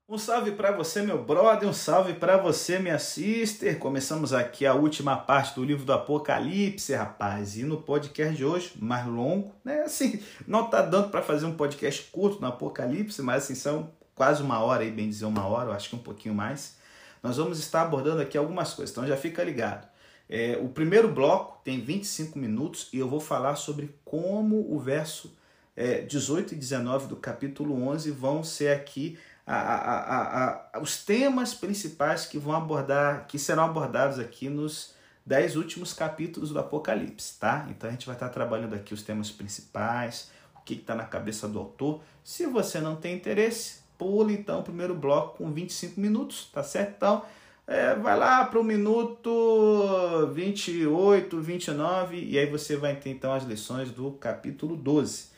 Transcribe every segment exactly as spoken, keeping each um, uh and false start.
Um salve para você, meu brother, um salve para você, minha sister. Começamos aqui a última parte do livro do Apocalipse, rapaz. E no podcast de hoje, mais longo, né? Assim, não tá dando para fazer um podcast curto no Apocalipse, mas assim, são quase uma hora aí, bem dizer uma hora, eu acho que um pouquinho mais. Nós vamos estar abordando aqui algumas coisas, então já fica ligado. É, o primeiro bloco tem vinte e cinco minutos e eu vou falar sobre como o verso é, dezoito e dezenove do capítulo onze vão ser aqui A, a, a, a, os temas principais que vão abordar, que serão abordados aqui nos dez últimos capítulos do Apocalipse, tá? Então a gente vai estar trabalhando aqui os temas principais, o que está na cabeça do autor. Se você não tem interesse, pula então o primeiro bloco com vinte e cinco minutos, tá certo? Então é, vai lá para o minuto vinte e oito, vinte e nove e aí você vai ter então as lições do capítulo doze.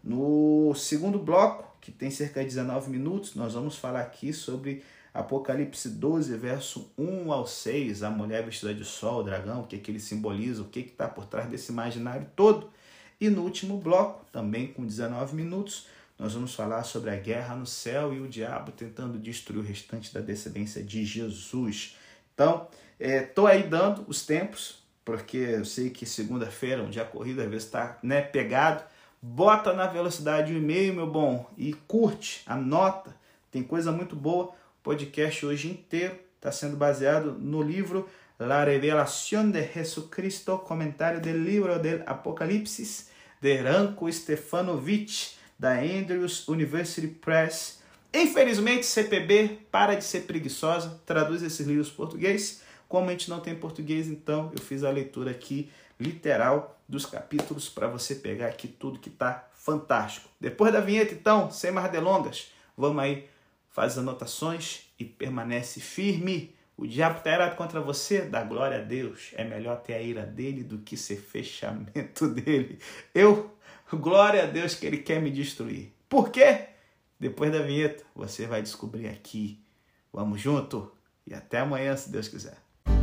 No segundo bloco, que tem cerca de dezenove minutos, nós vamos falar aqui sobre Apocalipse doze, verso um ao seis, a mulher vestida de sol, o dragão, o que, que ele simboliza, o que está por trás desse imaginário todo. E no último bloco, também com dezenove minutos, nós vamos falar sobre a guerra no céu e o diabo tentando destruir o restante da descendência de Jesus. Então, estou é, aí dando os tempos, porque eu sei que segunda-feira, um dia corrido, às vezes está né, pegado. Bota na velocidade o e-mail, meu bom, e curte, anota, tem coisa muito boa. O podcast hoje inteiro está sendo baseado no livro La Revelación de Jesucristo, comentário do livro del Apocalipse, de Ranko Stefanovic, da Andrews University Press. Infelizmente, C P B, para de ser preguiçosa, traduz esses livros em português. Como a gente não tem português, então eu fiz a leitura aqui literal dos capítulos para você pegar aqui tudo que está fantástico. Depois da vinheta, então, sem mais delongas, vamos aí, faz anotações e permanece firme. O diabo está irado contra você, dá glória a Deus. É melhor ter a ira dele do que ser fechamento dele. Eu, glória a Deus que ele quer me destruir. Por quê? Depois da vinheta, você vai descobrir aqui. Vamos junto e até amanhã, se Deus quiser.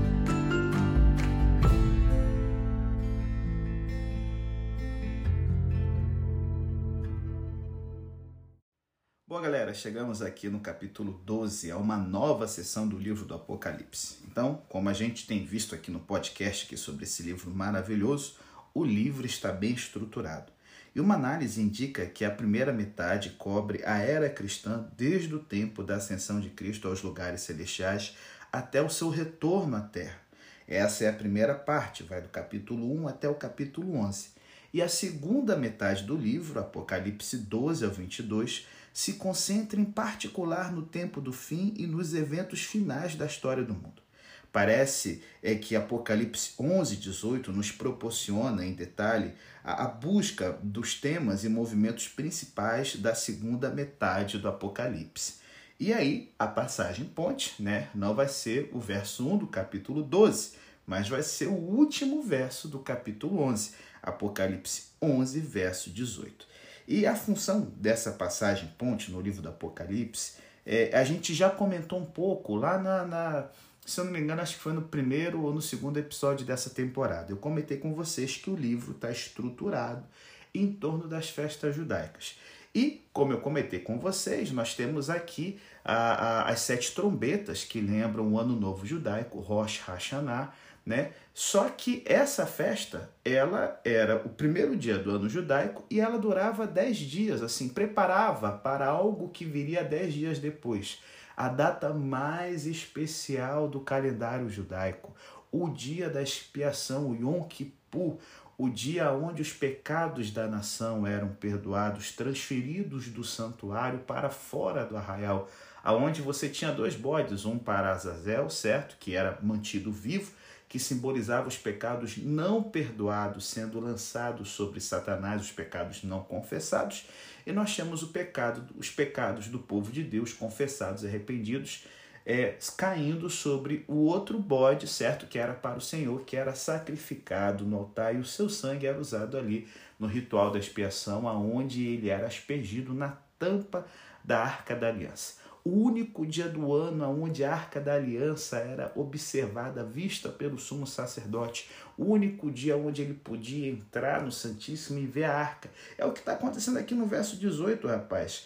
Bom, galera, chegamos aqui no capítulo doze, a uma nova sessão do livro do Apocalipse. Então, como a gente tem visto aqui no podcast aqui sobre esse livro maravilhoso, o livro está bem estruturado. E uma análise indica que a primeira metade cobre a era cristã desde o tempo da ascensão de Cristo aos lugares celestiais até o seu retorno à Terra. Essa é a primeira parte, vai do capítulo um até o capítulo onze. E a segunda metade do livro, Apocalipse doze ao vinte e dois, se concentra em particular no tempo do fim e nos eventos finais da história do mundo. Parece é, que Apocalipse onze, dezoito nos proporciona em detalhe a, a busca dos temas e movimentos principais da segunda metade do Apocalipse. E aí a passagem ponte, né, não vai ser o verso um do capítulo doze, mas vai ser o último verso do capítulo onze, Apocalipse onze, verso dezoito. E a função dessa passagem ponte no livro do Apocalipse, é, a gente já comentou um pouco lá na, na, se eu não me engano, acho que foi no primeiro ou no segundo episódio dessa temporada. Eu comentei com vocês que o livro está estruturado em torno das festas judaicas. E, como eu comentei com vocês, nós temos aqui a, a, as sete trombetas que lembram o Ano Novo Judaico, Rosh Hashanah, né? Só que essa festa, ela era o primeiro dia do ano judaico e ela durava dez dias, assim, preparava para algo que viria dez dias depois. A data mais especial do calendário judaico, o dia da expiação, o Yom Kippur, o dia onde os pecados da nação eram perdoados, transferidos do santuário para fora do arraial, aonde você tinha dois bodes, um para Azazel, certo, que era mantido vivo, que simbolizava os pecados não perdoados sendo lançados sobre Satanás, os pecados não confessados, e nós temos o pecado, os pecados do povo de Deus confessados e arrependidos, é, caindo sobre o outro bode, certo, que era para o Senhor, que era sacrificado no altar, e o seu sangue era usado ali no ritual da expiação, aonde ele era aspergido na tampa da Arca da Aliança. O único dia do ano onde a Arca da Aliança era observada, vista pelo sumo sacerdote. O único dia onde ele podia entrar no Santíssimo e ver a Arca. É o que está acontecendo aqui no verso dezoito, rapaz.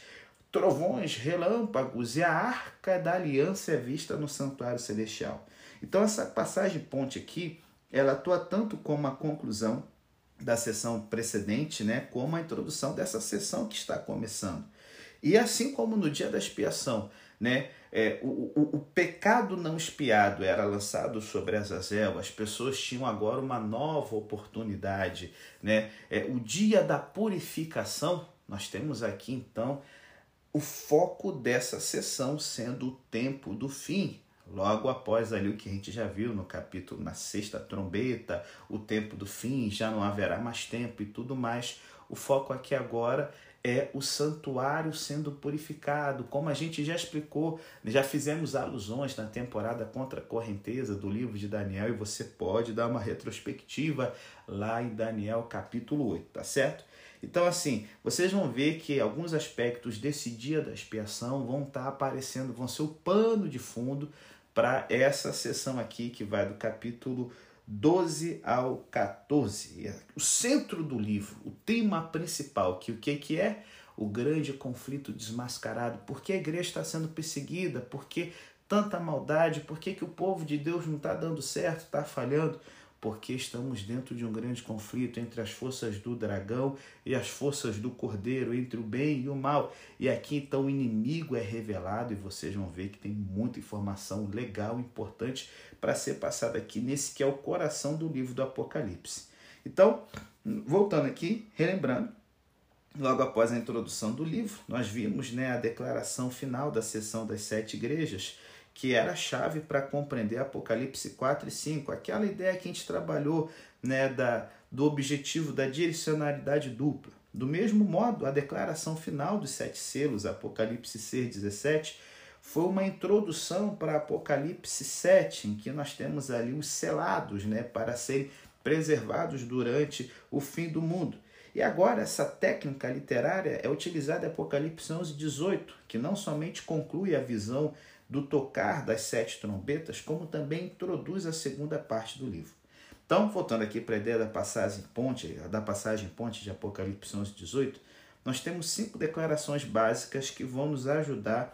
trovões, relâmpagos e a arca da aliança é vista no santuário celestial. Então essa passagem ponte aqui, ela atua tanto como a conclusão da sessão precedente, né, como a introdução dessa sessão que está começando. E assim como no dia da expiação, né, é, o, o, o pecado não expiado era lançado sobre Azazel, as pessoas tinham agora uma nova oportunidade, né? É, o dia da purificação, nós temos aqui então o foco dessa sessão sendo o tempo do fim. Logo após ali o que a gente já viu no capítulo, na sexta trombeta, o tempo do fim, já não haverá mais tempo e tudo mais. O foco aqui agora é o santuário sendo purificado, como a gente já explicou, já fizemos alusões na temporada contra a correnteza do livro de Daniel e você pode dar uma retrospectiva lá em Daniel capítulo oito, tá certo? Então assim, vocês vão ver que alguns aspectos desse dia da expiação vão estar aparecendo, vão ser o pano de fundo para essa sessão aqui que vai do capítulo doze ao quatorze. O centro do livro, o tema principal, que o que, que é? O grande conflito desmascarado. Por que a igreja está sendo perseguida? Por que tanta maldade? Por que, que o povo de Deus não está dando certo, está falhando? Porque estamos dentro de um grande conflito entre as forças do dragão e as forças do cordeiro, entre o bem e o mal. E aqui então o inimigo é revelado e vocês vão ver que tem muita informação legal, importante para ser passada aqui nesse que é o coração do livro do Apocalipse. Então, voltando aqui, relembrando, logo após a introdução do livro, nós vimos, né, a declaração final da sessão das sete igrejas, que era a chave para compreender Apocalipse quatro e cinco, aquela ideia que a gente trabalhou, né, da, do objetivo da direcionalidade dupla. Do mesmo modo, a declaração final dos sete selos, Apocalipse seis, dezessete, foi uma introdução para Apocalipse sete, em que nós temos ali os selados, né, para serem preservados durante o fim do mundo. E agora essa técnica literária é utilizada em Apocalipse onze, dezoito, que não somente conclui a visão do tocar das sete trombetas, como também introduz a segunda parte do livro. Então, voltando aqui para a ideia da passagem ponte, da passagem ponte de Apocalipse onze, dezoito, nós temos cinco declarações básicas que vão nos ajudar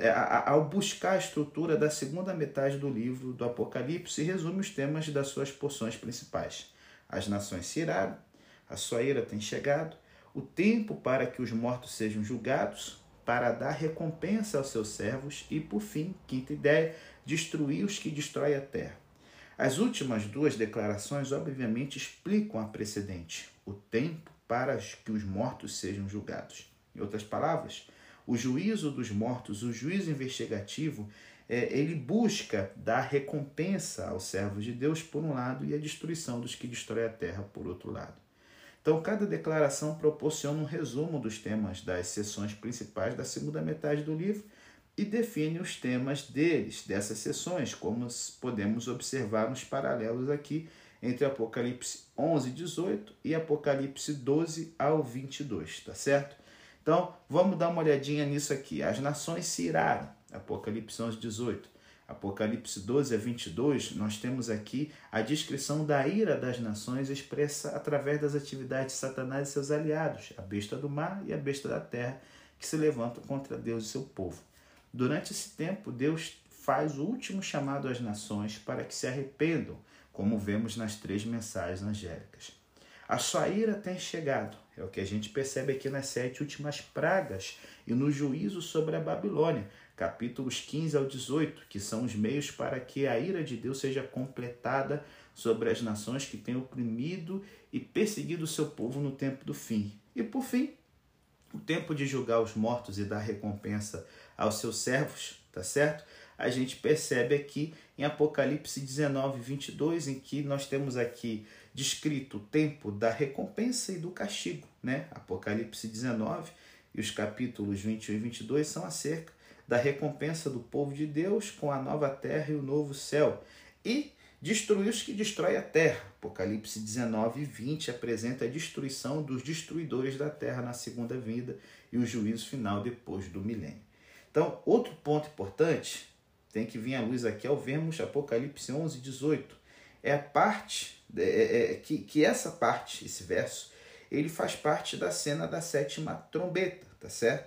ao buscar a estrutura da segunda metade do livro do Apocalipse e resume os temas das suas porções principais. As nações se iraram, a sua ira tem chegado, o tempo para que os mortos sejam julgados, para dar recompensa aos seus servos e, por fim, quinta ideia, destruir os que destroem a terra. As últimas duas declarações, obviamente, explicam a precedente, o tempo para que os mortos sejam julgados. Em outras palavras, o juízo dos mortos, o juízo investigativo, é, ele busca dar recompensa aos servos de Deus, por um lado, e a destruição dos que destroem a terra, por outro lado. Então, cada declaração proporciona um resumo dos temas das sessões principais da segunda metade do livro e define os temas deles, dessas sessões, como podemos observar nos paralelos aqui entre Apocalipse onze, dezoito e Apocalipse doze ao vinte e dois, tá certo? Então, vamos dar uma olhadinha nisso aqui. As nações se iraram, Apocalipse onze, dezoito. Apocalipse doze a vinte e dois, nós temos aqui a descrição da ira das nações expressa através das atividades de Satanás e seus aliados, a besta do mar e a besta da terra, que se levantam contra Deus e seu povo. Durante esse tempo, Deus faz o último chamado às nações para que se arrependam, como vemos nas três mensagens angélicas. A sua ira tem chegado, é o que a gente percebe aqui nas sete últimas pragas e no juízo sobre a Babilônia, capítulos quinze ao dezoito, que são os meios para que a ira de Deus seja completada sobre as nações que têm oprimido e perseguido o seu povo no tempo do fim. E por fim, o tempo de julgar os mortos e dar recompensa aos seus servos, tá certo? A gente percebe aqui em Apocalipse dezenove, vinte e dois, em que nós temos aqui descrito o tempo da recompensa e do castigo, né? Apocalipse dezenove e os capítulos vinte e um e vinte e dois são acerca da recompensa do povo de Deus com a nova terra e o novo céu. E destruir os que destroem a terra. Apocalipse dezenove e vinte apresenta a destruição dos destruidores da terra na segunda vinda e o juízo final depois do milênio. Então, outro ponto importante, tem que vir à luz aqui ao vermos Apocalipse onze, dezoito. É a parte, é, é, que, que essa parte, esse verso, ele faz parte da cena da sétima trombeta, tá certo?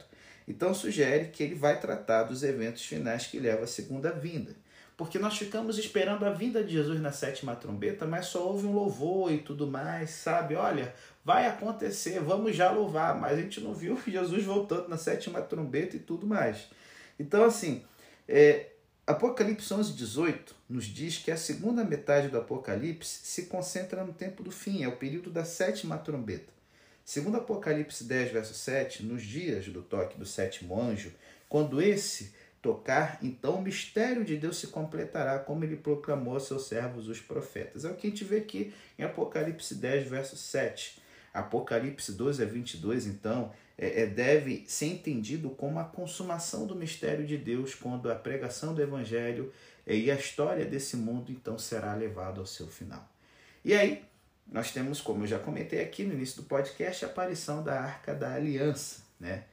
Então sugere que ele vai tratar dos eventos finais que levam à segunda vinda. Porque nós ficamos esperando a vinda de Jesus na sétima trombeta, mas só houve um louvor e tudo mais, sabe? Olha, vai acontecer, vamos já louvar, mas a gente não viu Jesus voltando na sétima trombeta e tudo mais. Então, assim, é, Apocalipse onze, dezoito nos diz que a segunda metade do Apocalipse se concentra no tempo do fim, é o período da sétima trombeta. Segundo Apocalipse dez, verso sete, nos dias do toque do sétimo anjo, quando esse tocar, então o mistério de Deus se completará, como ele proclamou a seus servos, os profetas. É o que a gente vê aqui em Apocalipse dez, verso sete. Apocalipse doze a vinte e dois, então, é, é, deve ser entendido como a consumação do mistério de Deus, quando a pregação do Evangelho é, e a história desse mundo, então, será levado ao seu final. E aí, nós temos, como eu já comentei aqui no início do podcast, a aparição da Arca da Aliança, né?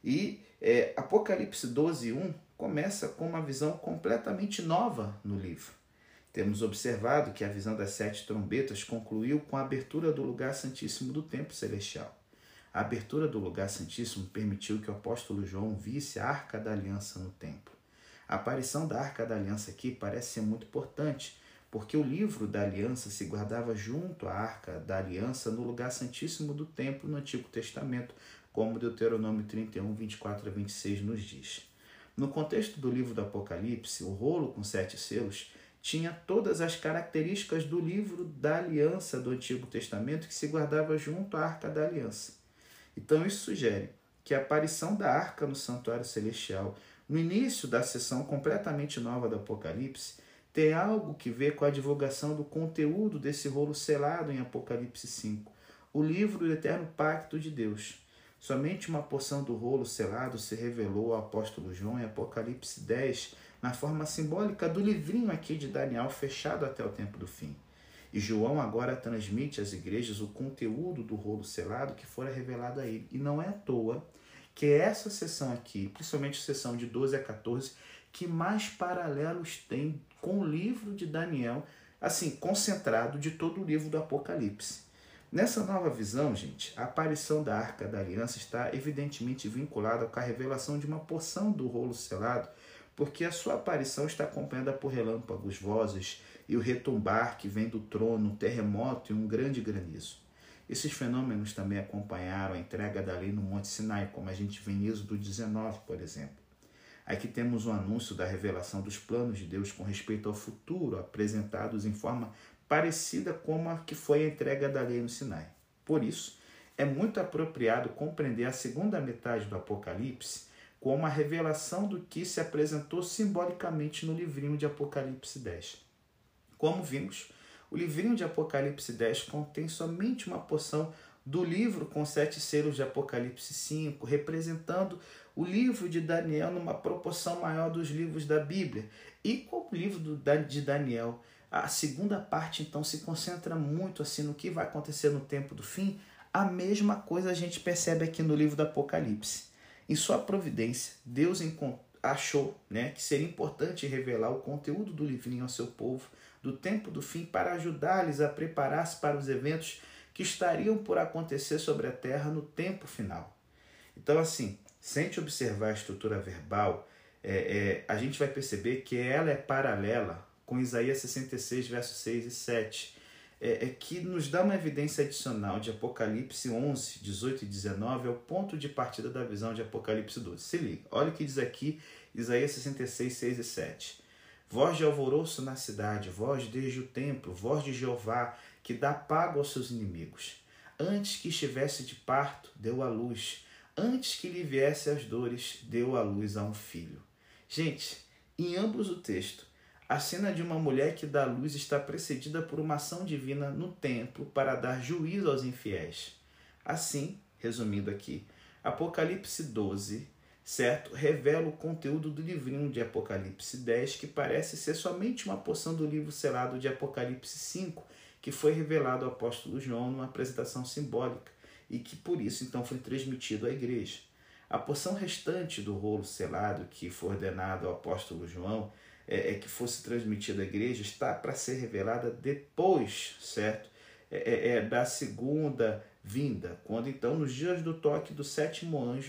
E é, Apocalipse doze, um começa com uma visão completamente nova no livro. Temos observado que a visão das sete trombetas concluiu com a abertura do lugar santíssimo do templo celestial. A abertura do lugar santíssimo permitiu que o apóstolo João visse a Arca da Aliança no templo. A aparição da Arca da Aliança aqui parece ser muito importante, porque o livro da aliança se guardava junto à Arca da Aliança no lugar santíssimo do templo no Antigo Testamento, como Deuteronômio trinta e um, vinte e quatro a vinte e seis nos diz. No contexto do livro do Apocalipse, o rolo com sete selos tinha todas as características do livro da aliança do Antigo Testamento que se guardava junto à Arca da Aliança. Então isso sugere que a aparição da Arca no Santuário Celestial, no início da sessão completamente nova do Apocalipse, tem algo que ver com a divulgação do conteúdo desse rolo selado em Apocalipse cinco, o livro do eterno pacto de Deus. Somente uma porção do rolo selado se revelou ao apóstolo João em Apocalipse dez, na forma simbólica do livrinho aqui de Daniel, fechado até o tempo do fim. E João agora transmite às igrejas o conteúdo do rolo selado que fora revelado a ele. E não é à toa que essa sessão aqui, principalmente a sessão de doze a quatorze, que mais paralelos tem com o livro de Daniel, assim, concentrado de todo o livro do Apocalipse. Nessa nova visão, gente, a aparição da Arca da Aliança está evidentemente vinculada com a revelação de uma porção do rolo selado, porque a sua aparição está acompanhada por relâmpagos, vozes e o retumbar que vem do trono, um terremoto e um grande granizo. Esses fenômenos também acompanharam a entrega da lei no Monte Sinai, como a gente vê em Êxodo dezenove, por exemplo. Aqui temos um anúncio da revelação dos planos de Deus com respeito ao futuro, apresentados em forma parecida com a que foi a entrega da lei no Sinai. Por isso, é muito apropriado compreender a segunda metade do Apocalipse como a revelação do que se apresentou simbolicamente no livrinho de Apocalipse dez. Como vimos, o livrinho de Apocalipse dez contém somente uma porção do livro com sete selos de Apocalipse cinco, representando o livro de Daniel numa proporção maior dos livros da Bíblia. E com o livro do, de Daniel, a segunda parte, então, se concentra muito assim no que vai acontecer no tempo do fim. A mesma coisa a gente percebe aqui no livro do Apocalipse. Em sua providência, Deus achou, né, que seria importante revelar o conteúdo do livrinho ao seu povo do tempo do fim para ajudar-lhes a preparar-se para os eventos que estariam por acontecer sobre a terra no tempo final. Então, assim, se a gente observar a estrutura verbal, é, é, a gente vai perceber que ela é paralela com Isaías sessenta e seis, versos seis e sete, é, é, que nos dá uma evidência adicional de Apocalipse onze, dezoito e dezenove, é o ponto de partida da visão de Apocalipse doze. Se liga, olha o que diz aqui Isaías sessenta e seis, seis e sete. Voz de alvoroço na cidade, voz desde o templo, voz de Jeová, que dá pago aos seus inimigos. Antes que estivesse de parto, deu à luz. Antes que lhe viesse as dores, deu à luz a um filho. Gente, em ambos o texto, a cena de uma mulher que dá luz está precedida por uma ação divina no templo para dar juízo aos infiéis. Assim, resumindo aqui, Apocalipse doze, certo, revela o conteúdo do livrinho de Apocalipse dez, que parece ser somente uma porção do livro selado de Apocalipse cinco, que foi revelado ao apóstolo João numa apresentação simbólica e que por isso então foi transmitido à igreja. A porção restante do rolo selado que foi ordenado ao apóstolo João é, é que fosse transmitida à igreja está para ser revelada depois, certo? É, é, é da segunda vinda, quando então nos dias do toque do sétimo anjo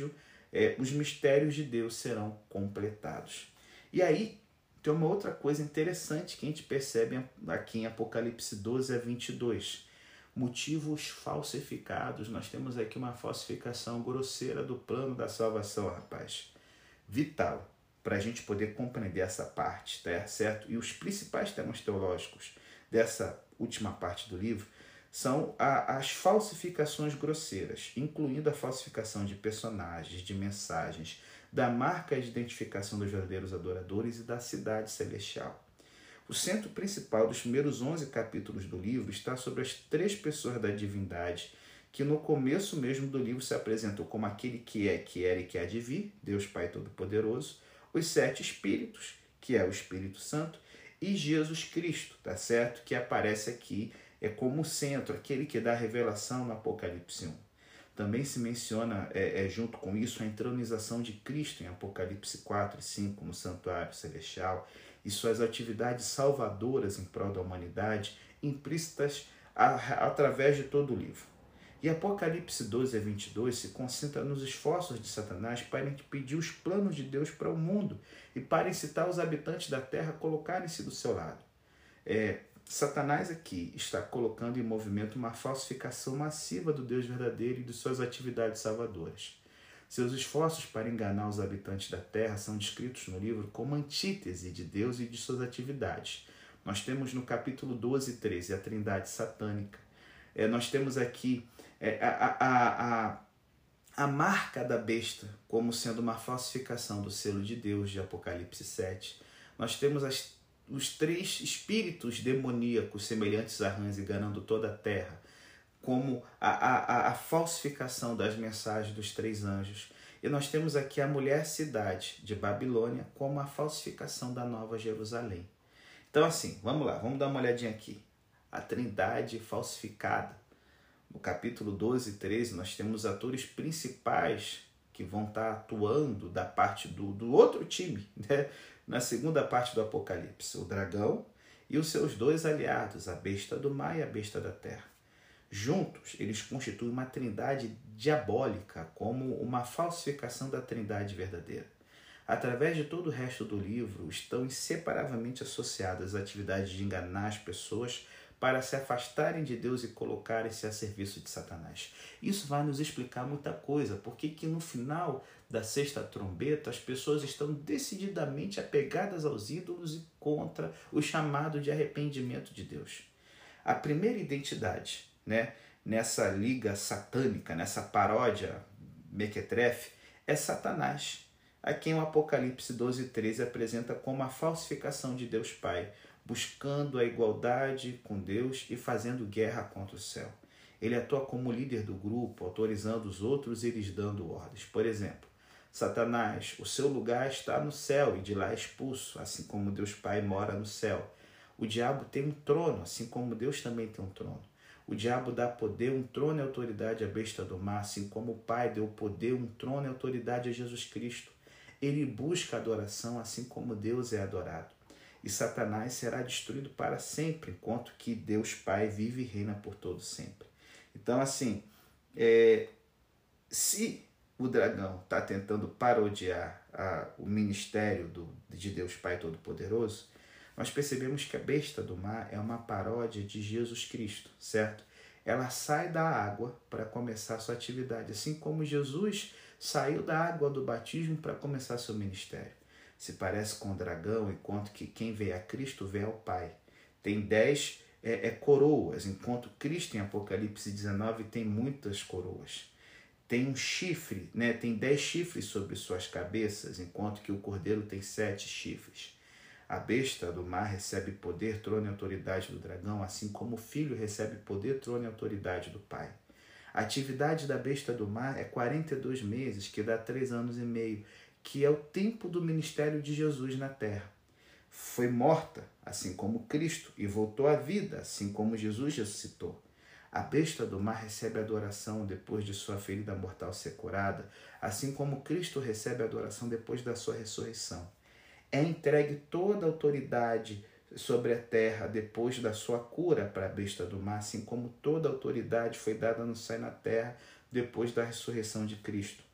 é, os mistérios de Deus serão completados. E aí tem uma outra coisa interessante que a gente percebe aqui em Apocalipse doze a vinte e dois. Motivos falsificados. Nós temos aqui uma falsificação grosseira do plano da salvação, rapaz. Vital para a gente poder compreender essa parte, tá certo? E os principais temas teológicos dessa última parte do livro são a, as falsificações grosseiras, incluindo a falsificação de personagens, de mensagens, da marca de identificação dos verdadeiros adoradores e da cidade celestial. O centro principal dos primeiros onze capítulos do livro está sobre as três pessoas da divindade, que no começo mesmo do livro se apresentam como aquele que é, que era e que há de vir, Deus Pai Todo-Poderoso, os sete espíritos, que é o Espírito Santo, e Jesus Cristo, tá certo? Que aparece aqui é como centro, aquele que dá a revelação no Apocalipse um. Também se menciona, é, é, junto com isso, a entronização de Cristo em Apocalipse quatro e cinco, no santuário celestial, e suas atividades salvadoras em prol da humanidade, implícitas a, através de todo o livro. E Apocalipse doze a vinte e dois se concentra nos esforços de Satanás para impedir os planos de Deus para o mundo e para incitar os habitantes da terra a colocarem-se do seu lado. É, Satanás aqui está colocando em movimento uma falsificação massiva do Deus verdadeiro e de suas atividades salvadoras. Seus esforços para enganar os habitantes da terra são descritos no livro como antítese de Deus e de suas atividades. Nós temos no capítulo doze e treze a trindade satânica. É, nós temos aqui é, a, a, a, a marca da besta como sendo uma falsificação do selo de Deus de Apocalipse sete. Nós temos as, os três espíritos demoníacos semelhantes a rãs enganando toda a terra, como a, a, a falsificação das mensagens dos três anjos. E nós temos aqui a mulher cidade de Babilônia como a falsificação da Nova Jerusalém. Então assim, vamos lá, vamos dar uma olhadinha aqui. A trindade falsificada. No capítulo doze e treze, nós temos atores principais que vão estar atuando da parte do, do outro time, né? Na segunda parte do Apocalipse, o dragão e os seus dois aliados, a besta do mar e a besta da terra. Juntos, eles constituem uma trindade diabólica, como uma falsificação da trindade verdadeira. Através de todo o resto do livro, estão inseparavelmente associadas as atividades de enganar as pessoas para se afastarem de Deus e colocarem-se a serviço de Satanás. Isso vai nos explicar muita coisa, porque que no final da sexta trombeta as pessoas estão decididamente apegadas aos ídolos e contra o chamado de arrependimento de Deus. A primeira identidade, né, nessa liga satânica, nessa paródia mequetrefe, é Satanás, a quem o Apocalipse doze e treze apresenta como a falsificação de Deus Pai, buscando a igualdade com Deus e fazendo guerra contra o céu. Ele atua como líder do grupo, autorizando os outros e lhes dando ordens. Por exemplo, Satanás, o seu lugar está no céu e de lá é expulso, assim como Deus Pai mora no céu. O diabo tem um trono, assim como Deus também tem um trono. O diabo dá poder, um trono e autoridade à besta do mar, assim como o Pai deu poder, um trono e autoridade a Jesus Cristo. Ele busca adoração, assim como Deus é adorado. E Satanás será destruído para sempre, enquanto que Deus Pai vive e reina por todo sempre. Então, assim, é, se o dragão está tentando parodiar a, o ministério do, de Deus Pai Todo-Poderoso, nós percebemos que a besta do mar é uma paródia de Jesus Cristo, certo? Ela sai da água para começar sua atividade, assim como Jesus saiu da água do batismo para começar seu ministério. Se parece com o dragão, enquanto que quem vê a Cristo vê ao Pai. Tem dez é, é, coroas, enquanto Cristo em Apocalipse dezenove tem muitas coroas. Tem um chifre, né? Tem dez chifres sobre suas cabeças, enquanto que o cordeiro tem sete chifres. A besta do mar recebe poder, trono e autoridade do dragão, assim como o filho recebe poder, trono e autoridade do Pai. A atividade da besta do mar é quarenta e dois meses, que dá três anos e meio, que é o tempo do ministério de Jesus na terra. Foi morta, assim como Cristo, e voltou à vida, assim como Jesus ressuscitou. A besta do mar recebe adoração depois de sua ferida mortal ser curada, assim como Cristo recebe adoração depois da sua ressurreição. É entregue toda a autoridade sobre a terra depois da sua cura para a besta do mar, assim como toda a autoridade foi dada no céu e na terra depois da ressurreição de Cristo.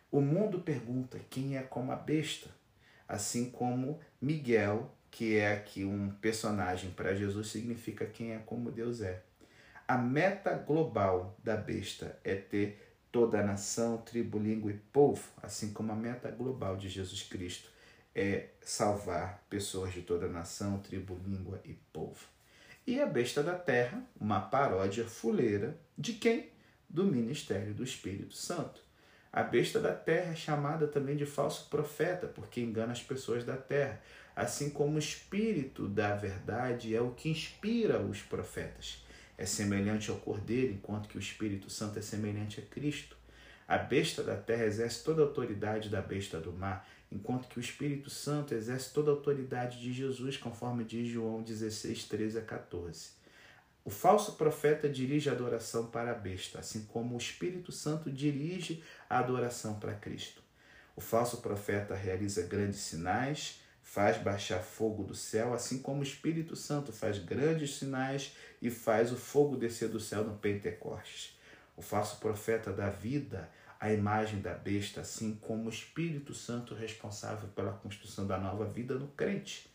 O mundo pergunta quem é como a besta, assim como Miguel, que é aqui um personagem para Jesus, significa quem é como Deus é. A meta global da besta é ter toda a nação, tribo, língua e povo, assim como a meta global de Jesus Cristo é salvar pessoas de toda a nação, tribo, língua e povo. E a besta da terra, uma paródia fuleira de quem? Do ministério do Espírito Santo. A besta da terra é chamada também de falso profeta, porque engana as pessoas da terra, assim como o Espírito da verdade é o que inspira os profetas. É semelhante ao Cordeiro, enquanto que o Espírito Santo é semelhante a Cristo. A besta da terra exerce toda a autoridade da besta do mar, enquanto que o Espírito Santo exerce toda a autoridade de Jesus, conforme diz João dezesseis, treze a quatorze. O falso profeta dirige a adoração para a besta, assim como o Espírito Santo dirige a adoração para Cristo. O falso profeta realiza grandes sinais, faz baixar fogo do céu, assim como o Espírito Santo faz grandes sinais e faz o fogo descer do céu no Pentecostes. O falso profeta dá vida à imagem da besta, assim como o Espírito Santo responsável pela construção da nova vida no crente.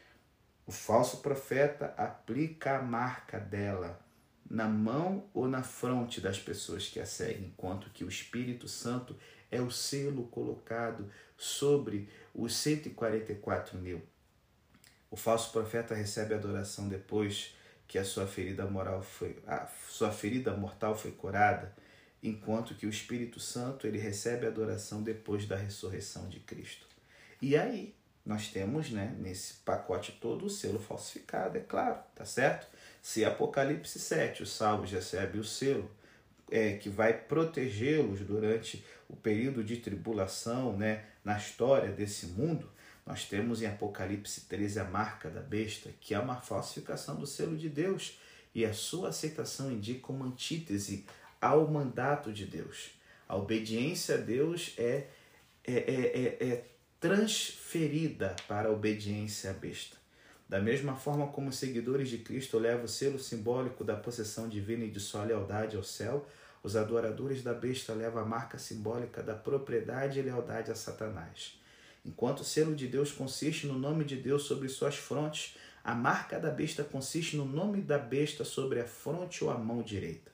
O falso profeta aplica a marca dela na mão ou na fronte das pessoas que a seguem, enquanto que o Espírito Santo é o selo colocado sobre os cento e quarenta e quatro mil. O falso profeta recebe adoração depois que a sua ferida moral foi, a sua ferida mortal foi curada, enquanto que o Espírito Santo ele recebe adoração depois da ressurreição de Cristo. E aí nós temos, né, nesse pacote todo o selo falsificado, é claro, tá certo? Se Apocalipse sete, os salvos recebem o selo é, que vai protegê-los durante o período de tribulação, né, na história desse mundo, nós temos em Apocalipse treze a marca da besta, que é uma falsificação do selo de Deus, e a sua aceitação indica uma antítese ao mandato de Deus. A obediência a Deus é, é, é, é, é transferida para a obediência à besta. Da mesma forma como os seguidores de Cristo levam o selo simbólico da possessão divina e de sua lealdade ao céu, os adoradores da besta levam a marca simbólica da propriedade e lealdade a Satanás. Enquanto o selo de Deus consiste no nome de Deus sobre suas frontes, a marca da besta consiste no nome da besta sobre a fronte ou a mão direita.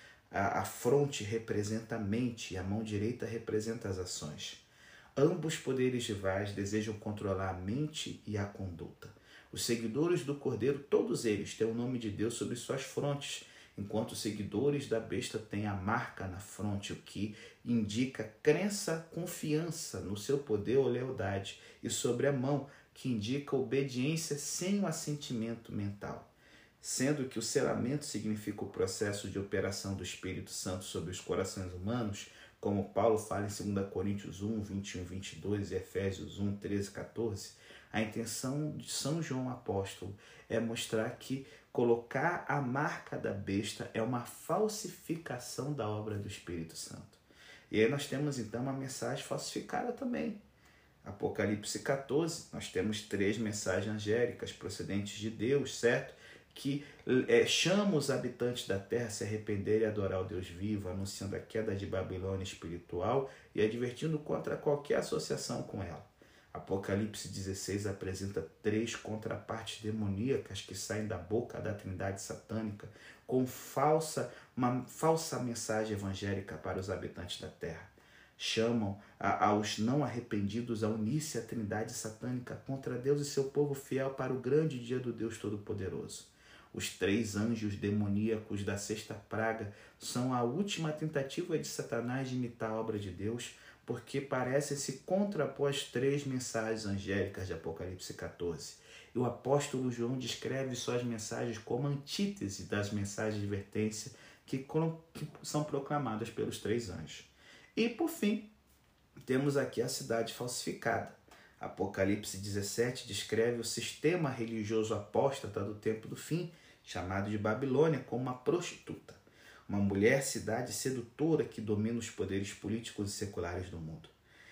A, a fronte representa a mente e a mão direita representa as ações. Ambos poderes rivais desejam controlar a mente e a conduta. Os seguidores do Cordeiro, todos eles, têm o nome de Deus sobre suas frontes, enquanto os seguidores da besta têm a marca na fronte, o que indica crença, confiança no seu poder ou lealdade, e sobre a mão, que indica obediência sem o assentimento mental. Sendo que o selamento significa o processo de operação do Espírito Santo sobre os corações humanos, como Paulo fala em dois Coríntios um, vinte e um, vinte e dois e Efésios um, treze, quatorze, a intenção de São João Apóstolo é mostrar que colocar a marca da besta é uma falsificação da obra do Espírito Santo. E aí nós temos então uma mensagem falsificada também. Apocalipse catorze, nós temos três mensagens angélicas procedentes de Deus, certo? Que é, chama os habitantes da terra a se arrepender e adorar o Deus vivo, anunciando a queda de Babilônia espiritual e advertindo contra qualquer associação com ela. Apocalipse dezesseis apresenta três contrapartes demoníacas que saem da boca da trindade satânica com falsa, uma falsa mensagem evangélica para os habitantes da terra. Chamam a, aos não arrependidos a unir-se à trindade satânica contra Deus e seu povo fiel para o grande dia do Deus Todo-Poderoso. Os três anjos demoníacos da sexta praga são a última tentativa de Satanás de imitar a obra de Deus, porque parece se contrapor às três mensagens angélicas de Apocalipse catorze. E o apóstolo João descreve suas mensagens como antítese das mensagens de advertência que, que são proclamadas pelos três anjos. E, por fim, temos aqui a cidade falsificada. Apocalipse dezessete descreve o sistema religioso apóstata do tempo do fim, chamado de Babilônia, como uma prostituta. Uma mulher-cidade sedutora que domina os poderes políticos e seculares do mundo.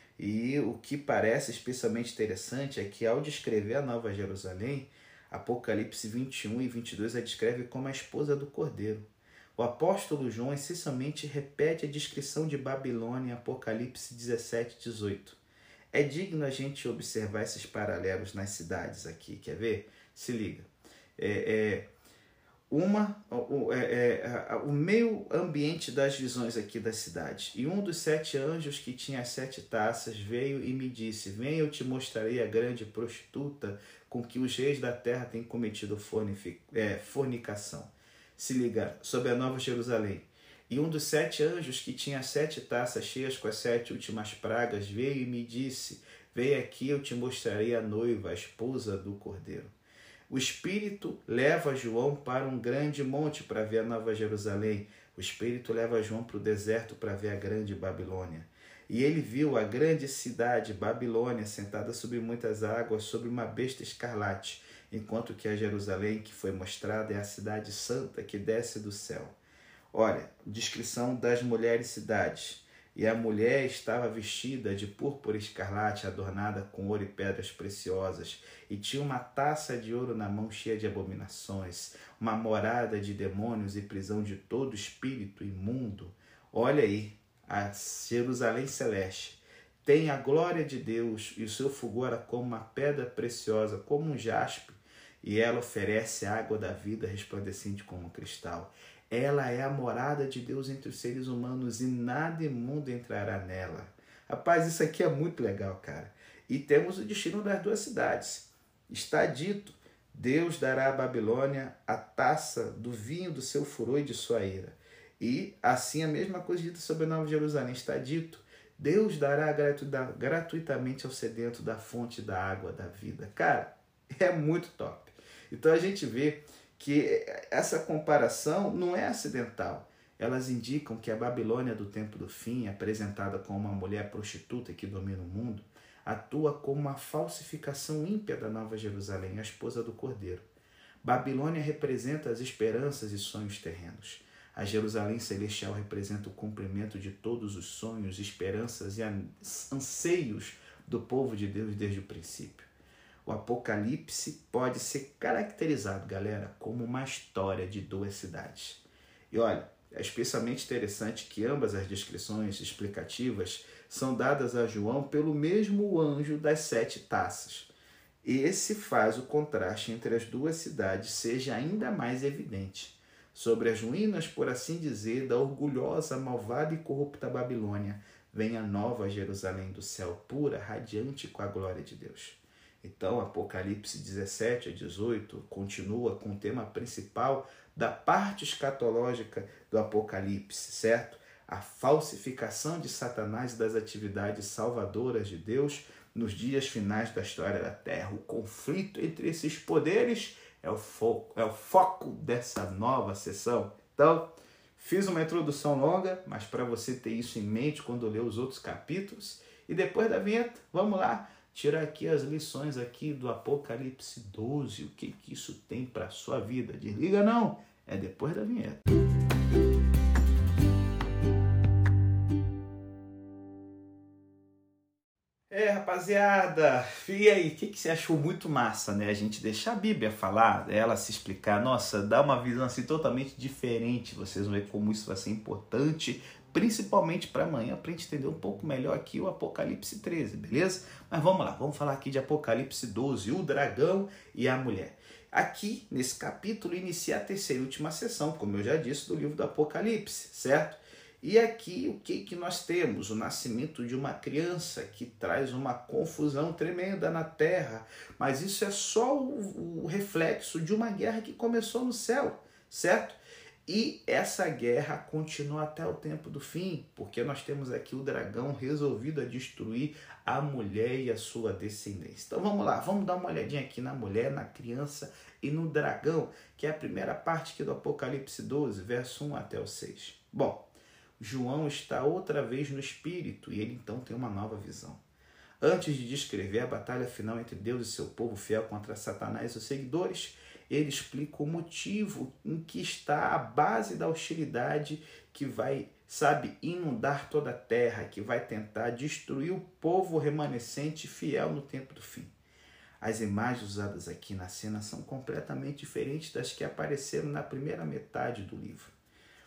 E o que parece especialmente interessante é que, ao descrever a Nova Jerusalém, Apocalipse vinte e um e vinte e dois a descreve como a esposa do Cordeiro. O apóstolo João essencialmente repete a descrição de Babilônia em Apocalipse dezessete, dezoito. É digno a gente observar esses paralelos nas cidades aqui, quer ver? Se liga. É, é, uma, o, é, é, o meio ambiente das visões aqui da cidade. E um dos sete anjos que tinha as sete taças veio e me disse: vem, eu te mostrarei a grande prostituta com que os reis da terra têm cometido fornicação. Se liga, sobre a Nova Jerusalém. E um dos sete anjos que tinha sete taças cheias com as sete últimas pragas veio e me disse: vem aqui, eu te mostrarei a noiva, a esposa do Cordeiro. O Espírito leva João para um grande monte para ver a Nova Jerusalém. O Espírito leva João para o deserto para ver a grande Babilônia. E ele viu a grande cidade, Babilônia, sentada sobre muitas águas, sobre uma besta escarlate, enquanto que a Jerusalém que foi mostrada é a cidade santa que desce do céu. Olha, descrição das mulheres cidades. E a mulher estava vestida de púrpura escarlate, adornada com ouro e pedras preciosas, e tinha uma taça de ouro na mão cheia de abominações, uma morada de demônios e prisão de todo espírito imundo. Olha aí, a Jerusalém celeste tem a glória de Deus, e o seu fulgor era como uma pedra preciosa, como um jaspe, e ela oferece a água da vida resplandecente como um cristal. Ela é a morada de Deus entre os seres humanos e nada imundo entrará nela. Rapaz, isso aqui é muito legal, cara. E temos o destino das duas cidades. Está dito: Deus dará à Babilônia a taça do vinho do seu furor e de sua ira. E assim a mesma coisa dita sobre a Nova Jerusalém. Está dito: Deus dará gratuitamente ao sedento da fonte da água da vida. Cara, é muito top. Então a gente vê que essa comparação não é acidental. Elas indicam que a Babilônia do tempo do fim, apresentada como uma mulher prostituta que domina o mundo, atua como uma falsificação ímpia da Nova Jerusalém, a esposa do Cordeiro. Babilônia representa as esperanças e sonhos terrenos. A Jerusalém celestial representa o cumprimento de todos os sonhos, esperanças e anseios do povo de Deus desde o princípio. O Apocalipse pode ser caracterizado, galera, como uma história de duas cidades. E olha, é especialmente interessante que ambas as descrições explicativas são dadas a João pelo mesmo anjo das sete taças. Esse faz o contraste entre as duas cidades seja ainda mais evidente. Sobre as ruínas, por assim dizer, da orgulhosa, malvada e corrupta Babilônia, vem a nova Jerusalém do céu, pura, radiante com a glória de Deus. Então, Apocalipse dezessete a dezoito continua com o tema principal da parte escatológica do Apocalipse, certo? A falsificação de Satanás e das atividades salvadoras de Deus nos dias finais da história da Terra. O conflito entre esses poderes é o foco, é o foco dessa nova sessão. Então, fiz uma introdução longa, mas para você ter isso em mente quando ler os outros capítulos. E depois da vinheta, vamos lá tirar aqui as lições aqui do Apocalipse doze, o que, que isso tem para a sua vida. Desliga não, é depois da vinheta. É, rapaziada, e aí, o que, que você achou? Muito massa, né? A gente deixar a Bíblia falar, ela se explicar, nossa, dá uma visão assim totalmente diferente, vocês vão ver como isso vai ser importante, principalmente para amanhã, para a gente entender um pouco melhor aqui o Apocalipse treze, beleza? Mas vamos lá, vamos falar aqui de Apocalipse doze, o dragão e a mulher. Aqui, nesse capítulo, inicia a terceira e última sessão, como eu já disse, do livro do Apocalipse, certo? E aqui o que, que nós temos? O nascimento de uma criança que traz uma confusão tremenda na terra, mas isso é só o, o reflexo de uma guerra que começou no céu, certo? E essa guerra continua até o tempo do fim, porque nós temos aqui o dragão resolvido a destruir a mulher e a sua descendência. Então vamos lá, vamos dar uma olhadinha aqui na mulher, na criança e no dragão, que é a primeira parte aqui do Apocalipse doze, verso um até o seis. Bom, João está outra vez no espírito e ele então tem uma nova visão. Antes de descrever a batalha final entre Deus e seu povo fiel contra Satanás e seus seguidores, ele explica o motivo em que está a base da hostilidade que vai, sabe, inundar toda a terra, que vai tentar destruir o povo remanescente fiel no tempo do fim. As imagens usadas aqui na cena são completamente diferentes das que apareceram na primeira metade do livro.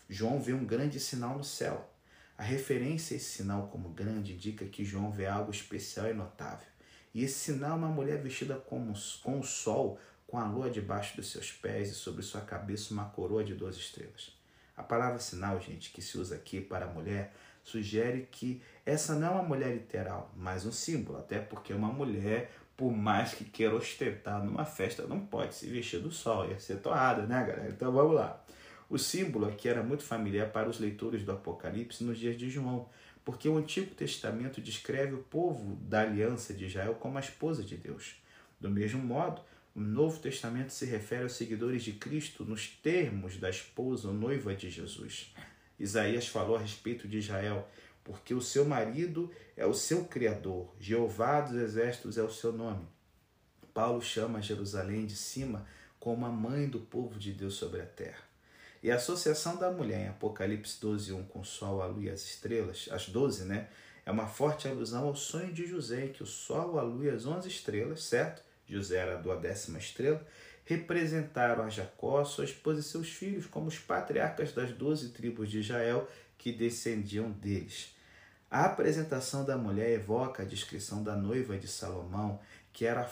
João vê um grande sinal no céu. A referência a esse sinal como grande indica que João vê algo especial e notável. E esse sinal é uma mulher vestida como, com o sol, com a lua debaixo dos seus pés e sobre sua cabeça uma coroa de doze estrelas. A palavra sinal, gente, que se usa aqui para a mulher, sugere que essa não é uma mulher literal, mas um símbolo, até porque uma mulher, por mais que queira ostentar numa festa, não pode se vestir do sol, ia ser torrada, né, galera? Então vamos lá. O símbolo aqui era muito familiar para os leitores do Apocalipse nos dias de João, porque o Antigo Testamento descreve o povo da aliança de Israel como a esposa de Deus. Do mesmo modo, o Novo Testamento se refere aos seguidores de Cristo nos termos da esposa ou noiva de Jesus. Isaías falou a respeito de Israel, porque o seu marido é o seu Criador, Jeová dos Exércitos é o seu nome. Paulo chama Jerusalém de cima como a mãe do povo de Deus sobre a terra. E a associação da mulher em Apocalipse doze, um com o sol, a lua e as estrelas, as doze, né? É uma forte alusão ao sonho de José, em que o sol, a lua e as onze estrelas, certo? José era a décima estrela, representaram a Jacó, sua esposa e seus filhos como os patriarcas das doze tribos de Israel que descendiam deles. A apresentação da mulher evoca a descrição da noiva de Salomão, que era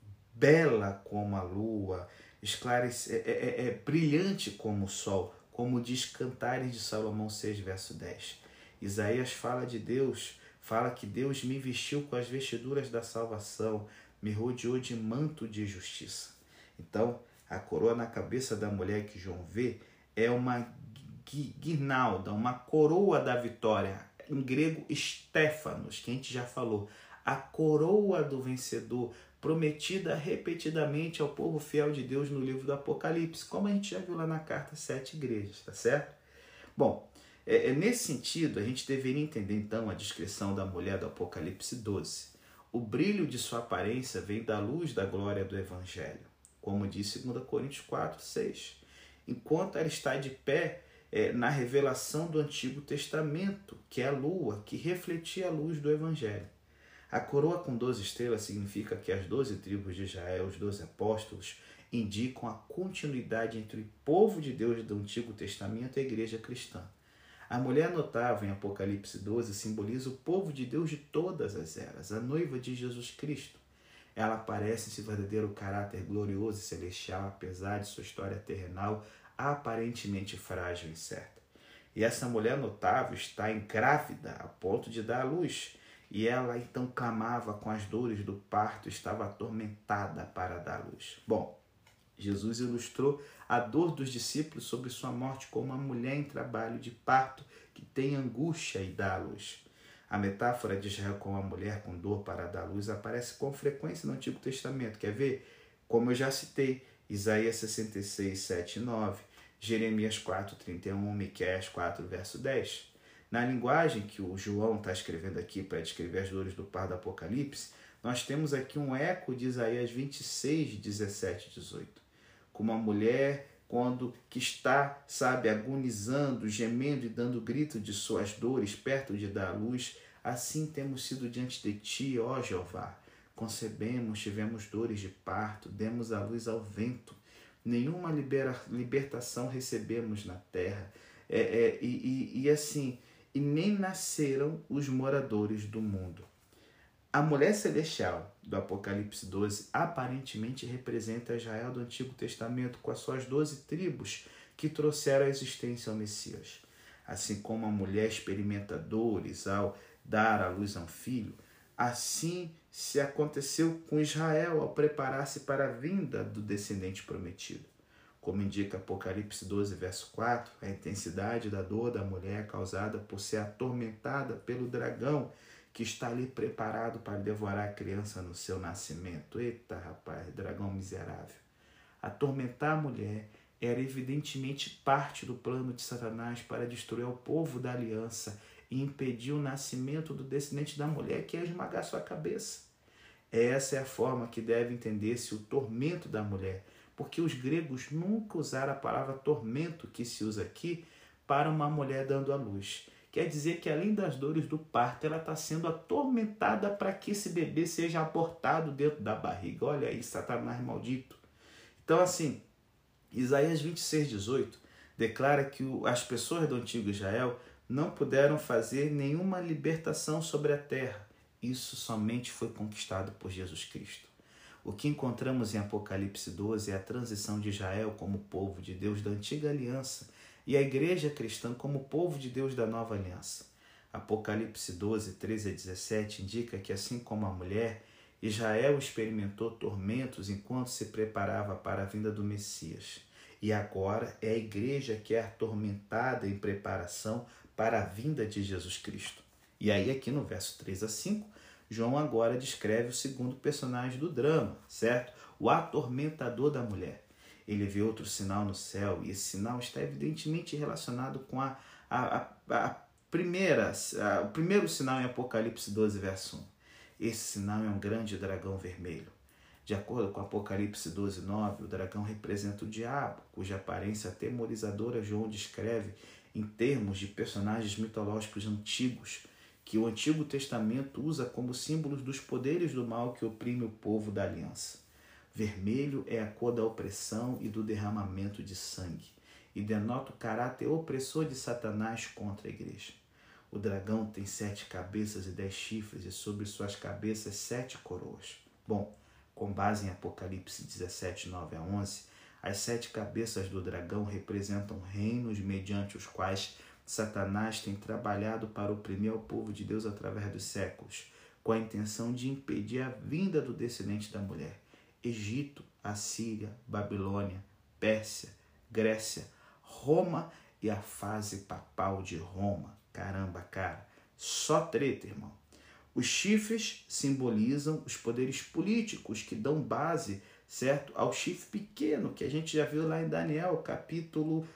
bela como a lua, esclarece, é, é, é brilhante como o sol, como diz Cantares de Salomão seis, verso dez. Isaías fala de Deus, fala que Deus me vestiu com as vestiduras da salvação, me rodeou de manto de justiça. Então, a coroa na cabeça da mulher que João vê é uma guirnalda, uma coroa da vitória, em grego Stéphanos, que a gente já falou, a coroa do vencedor, prometida repetidamente ao povo fiel de Deus no livro do Apocalipse, como a gente já viu lá na carta Sete Igrejas, tá certo? Bom, é, é, nesse sentido, a gente deveria entender então a descrição da mulher do Apocalipse doze. O brilho de sua aparência vem da luz da glória do Evangelho, como diz dois Coríntios quatro, seis. Enquanto ela está de pé é, na revelação do Antigo Testamento, que é a lua, que refletia a luz do Evangelho. A coroa com doze estrelas significa que as doze tribos de Israel, os doze apóstolos, indicam a continuidade entre o povo de Deus do Antigo Testamento e a igreja cristã. A mulher notável em Apocalipse doze simboliza o povo de Deus de todas as eras, a noiva de Jesus Cristo. Ela aparece em seu verdadeiro caráter glorioso e celestial, apesar de sua história terrenal aparentemente frágil e incerta. E essa mulher notável está grávida a ponto de dar à luz. E ela então clamava com as dores do parto, estava atormentada para dar luz. Bom, Jesus ilustrou a dor dos discípulos sobre sua morte como uma mulher em trabalho de parto que tem angústia e dá à luz. A metáfora de Israel como uma mulher com dor para dar luz aparece com frequência no Antigo Testamento. Quer ver? Como eu já citei, Isaías sessenta e seis, sete e nove, Jeremias quatro, trinta e um, Miqueias quatro, verso dez. Na linguagem que o João está escrevendo aqui para descrever as dores do parto do Apocalipse, nós temos aqui um eco de Isaías vinte e seis, dezessete e dezoito. Como uma mulher quando que está, sabe, agonizando, gemendo e dando grito de suas dores perto de dar à luz, assim temos sido diante de ti, ó Jeová. Concebemos, tivemos dores de parto, demos à luz ao vento. Nenhuma libera, libertação recebemos na terra. É, é, e, e, e assim... E nem nasceram os moradores do mundo. A mulher celestial do Apocalipse doze aparentemente representa Israel do Antigo Testamento com as suas doze tribos que trouxeram a existência ao Messias. Assim como a mulher experimenta dores ao dar à luz a um filho, assim se aconteceu com Israel ao preparar-se para a vinda do descendente prometido. Como indica Apocalipse doze, verso quatro, a intensidade da dor da mulher causada por ser atormentada pelo dragão que está ali preparado para devorar a criança no seu nascimento. Eita, rapaz, dragão miserável. Atormentar a mulher era evidentemente parte do plano de Satanás para destruir o povo da aliança e impedir o nascimento do descendente da mulher que ia esmagar sua cabeça. Essa é a forma que deve entender-se o tormento da mulher, porque os gregos nunca usaram a palavra tormento que se usa aqui para uma mulher dando à luz. Quer dizer que além das dores do parto, ela está sendo atormentada para que esse bebê seja abortado dentro da barriga. Olha aí, Satanás maldito. Então assim, Isaías vinte e seis, dezoito declara que as pessoas do antigo Israel não puderam fazer nenhuma libertação sobre a terra. Isso somente foi conquistado por Jesus Cristo. O que encontramos em Apocalipse doze é a transição de Israel como povo de Deus da antiga aliança e a igreja cristã como povo de Deus da nova aliança. Apocalipse doze, treze a dezessete indica que, assim como a mulher, Israel experimentou tormentos enquanto se preparava para a vinda do Messias. E agora é a igreja que é atormentada em preparação para a vinda de Jesus Cristo. E aí aqui no verso três a cinco, João agora descreve o segundo personagem do drama, certo? O atormentador da mulher. Ele vê outro sinal no céu e esse sinal está evidentemente relacionado com a, a, a, a primeira, a, o primeiro sinal em Apocalipse doze, verso um. Esse sinal é um grande dragão vermelho. De acordo com Apocalipse doze, nove, o dragão representa o diabo, cuja aparência atemorizadora João descreve em termos de personagens mitológicos antigos, que o Antigo Testamento usa como símbolos dos poderes do mal que oprime o povo da aliança. Vermelho é a cor da opressão e do derramamento de sangue, e denota o caráter opressor de Satanás contra a igreja. O dragão tem sete cabeças e dez chifres, e sobre suas cabeças sete coroas. Bom, com base em Apocalipse dezessete, nove a onze, as sete cabeças do dragão representam reinos mediante os quais Satanás tem trabalhado para oprimir o povo de Deus através dos séculos, com a intenção de impedir a vinda do descendente da mulher. Egito, Assíria, Babilônia, Pérsia, Grécia, Roma e a fase papal de Roma. Caramba, cara, só treta, irmão. Os chifres simbolizam os poderes políticos que dão base, certo, ao chifre pequeno, que a gente já viu lá em Daniel, capítulo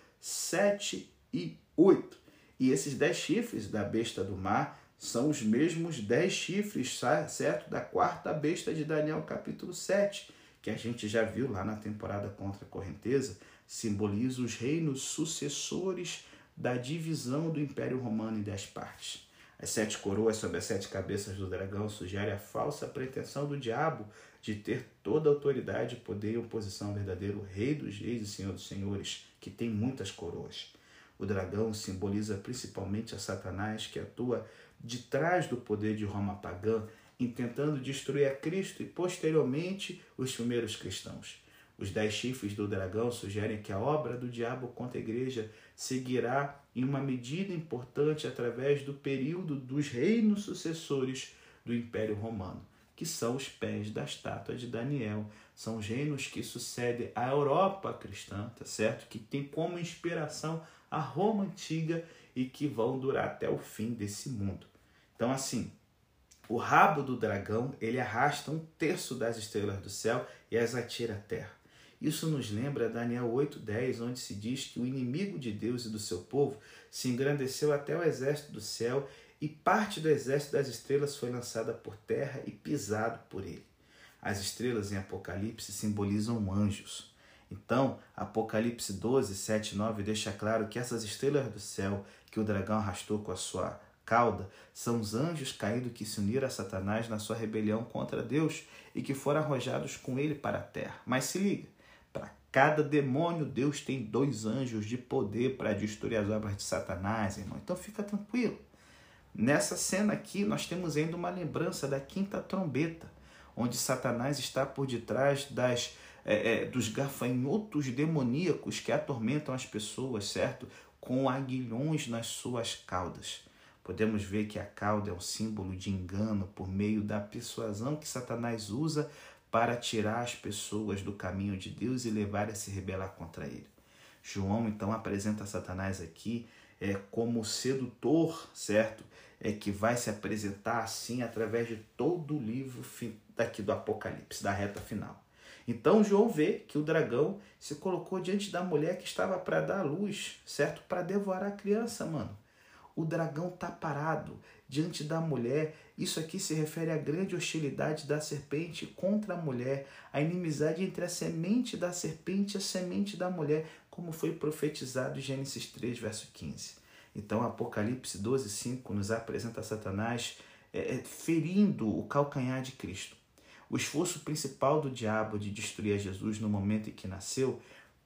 sete e oito. E esses dez chifres da besta do mar são os mesmos dez chifres, certo, da quarta besta de Daniel, capítulo sete, que a gente já viu lá na temporada contra a correnteza, simboliza os reinos sucessores da divisão do Império Romano em dez partes. As sete coroas sobre as sete cabeças do dragão sugerem a falsa pretensão do diabo de ter toda a autoridade, poder e oposição ao verdadeiro Rei dos Reis e Senhor dos Senhores, que tem muitas coroas. O dragão simboliza principalmente a Satanás, que atua de trás do poder de Roma pagã, intentando destruir a Cristo e, posteriormente, os primeiros cristãos. Os dez chifres do dragão sugerem que a obra do diabo contra a igreja seguirá em uma medida importante através do período dos reinos sucessores do Império Romano, que são os pés da estátua de Daniel. São os reinos que sucedem à Europa cristã, tá certo? Que tem como inspiração a Roma antiga e que vão durar até o fim desse mundo. Então, assim, o rabo do dragão, ele arrasta um terço das estrelas do céu e as atira à terra. Isso nos lembra Daniel oito, dez, onde se diz que o inimigo de Deus e do seu povo se engrandeceu até o exército do céu e parte do exército das estrelas foi lançada por terra e pisado por ele. As estrelas em Apocalipse simbolizam anjos. Então, Apocalipse doze, sete e nove deixa claro que essas estrelas do céu que o dragão arrastou com a sua cauda são os anjos caídos que se uniram a Satanás na sua rebelião contra Deus e que foram arrojados com ele para a terra. Mas se liga, para cada demônio Deus tem dois anjos de poder para destruir as obras de Satanás, irmão. Então fica tranquilo. Nessa cena aqui nós temos ainda uma lembrança da quinta trombeta, onde Satanás está por detrás das, é, é, dos gafanhotos demoníacos que atormentam as pessoas, certo? Com aguilhões nas suas caudas. Podemos ver que a cauda é um símbolo de engano por meio da persuasão que Satanás usa para tirar as pessoas do caminho de Deus e levar a se rebelar contra ele. João, então, apresenta Satanás aqui é, como sedutor, certo? É, que vai se apresentar assim através de todo o livro daqui do Apocalipse, da reta final. Então, João vê que o dragão se colocou diante da mulher que estava para dar à luz, certo? Para devorar a criança, mano. O dragão está parado diante da mulher. Isso aqui se refere à grande hostilidade da serpente contra a mulher, a inimizade entre a semente da serpente e a semente da mulher, como foi profetizado em Gênesis três, verso quinze. Então, Apocalipse doze, cinco nos apresenta Satanás é, ferindo o calcanhar de Cristo. O esforço principal do diabo de destruir Jesus no momento em que nasceu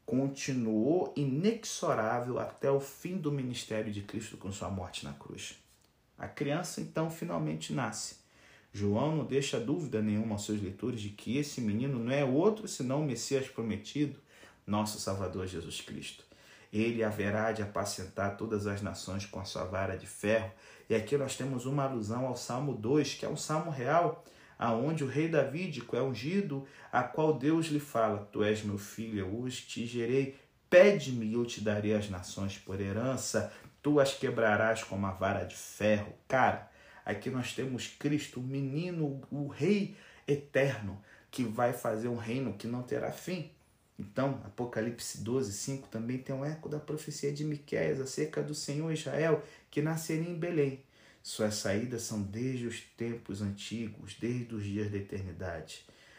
continuou inexorável até o fim do ministério de Cristo com sua morte na cruz. A criança, então, finalmente nasce. João não deixa dúvida nenhuma aos seus leitores de que esse menino não é outro senão o Messias prometido, nosso Salvador Jesus Cristo. Ele haverá de apacentar todas as nações com a sua vara de ferro. E aqui nós temos uma alusão ao Salmo dois, que é um salmo real, aonde o rei davídico é ungido, a qual Deus lhe fala: tu és meu filho, eu hoje te gerei, pede-me e eu te darei as nações por herança, tu as quebrarás com uma vara de ferro. Cara, aqui nós temos Cristo, o menino, o rei eterno, que vai fazer um reino que não terá fim. Então, Apocalipse doze, cinco também tem um eco da profecia de Miqueias acerca do Senhor Israel, que nasceria em Belém. Suas saídas são desde os tempos antigos, desde os dias da eternidade.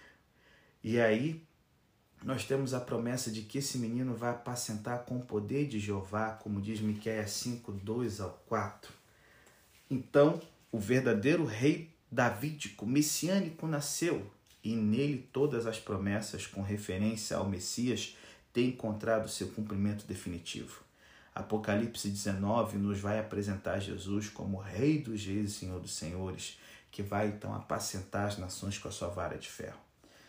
E aí, nós temos a promessa de que esse menino vai apacentar com o poder de Jeová, como diz Miqueias cinco, dois ao quatro. Então, o verdadeiro rei davídico, messiânico, nasceu, e nele todas as promessas com referência ao Messias têm encontrado seu cumprimento definitivo. Apocalipse dezenove nos vai apresentar Jesus como Rei dos Reis e Senhor dos Senhores, que vai então apacentar as nações com a sua vara de ferro.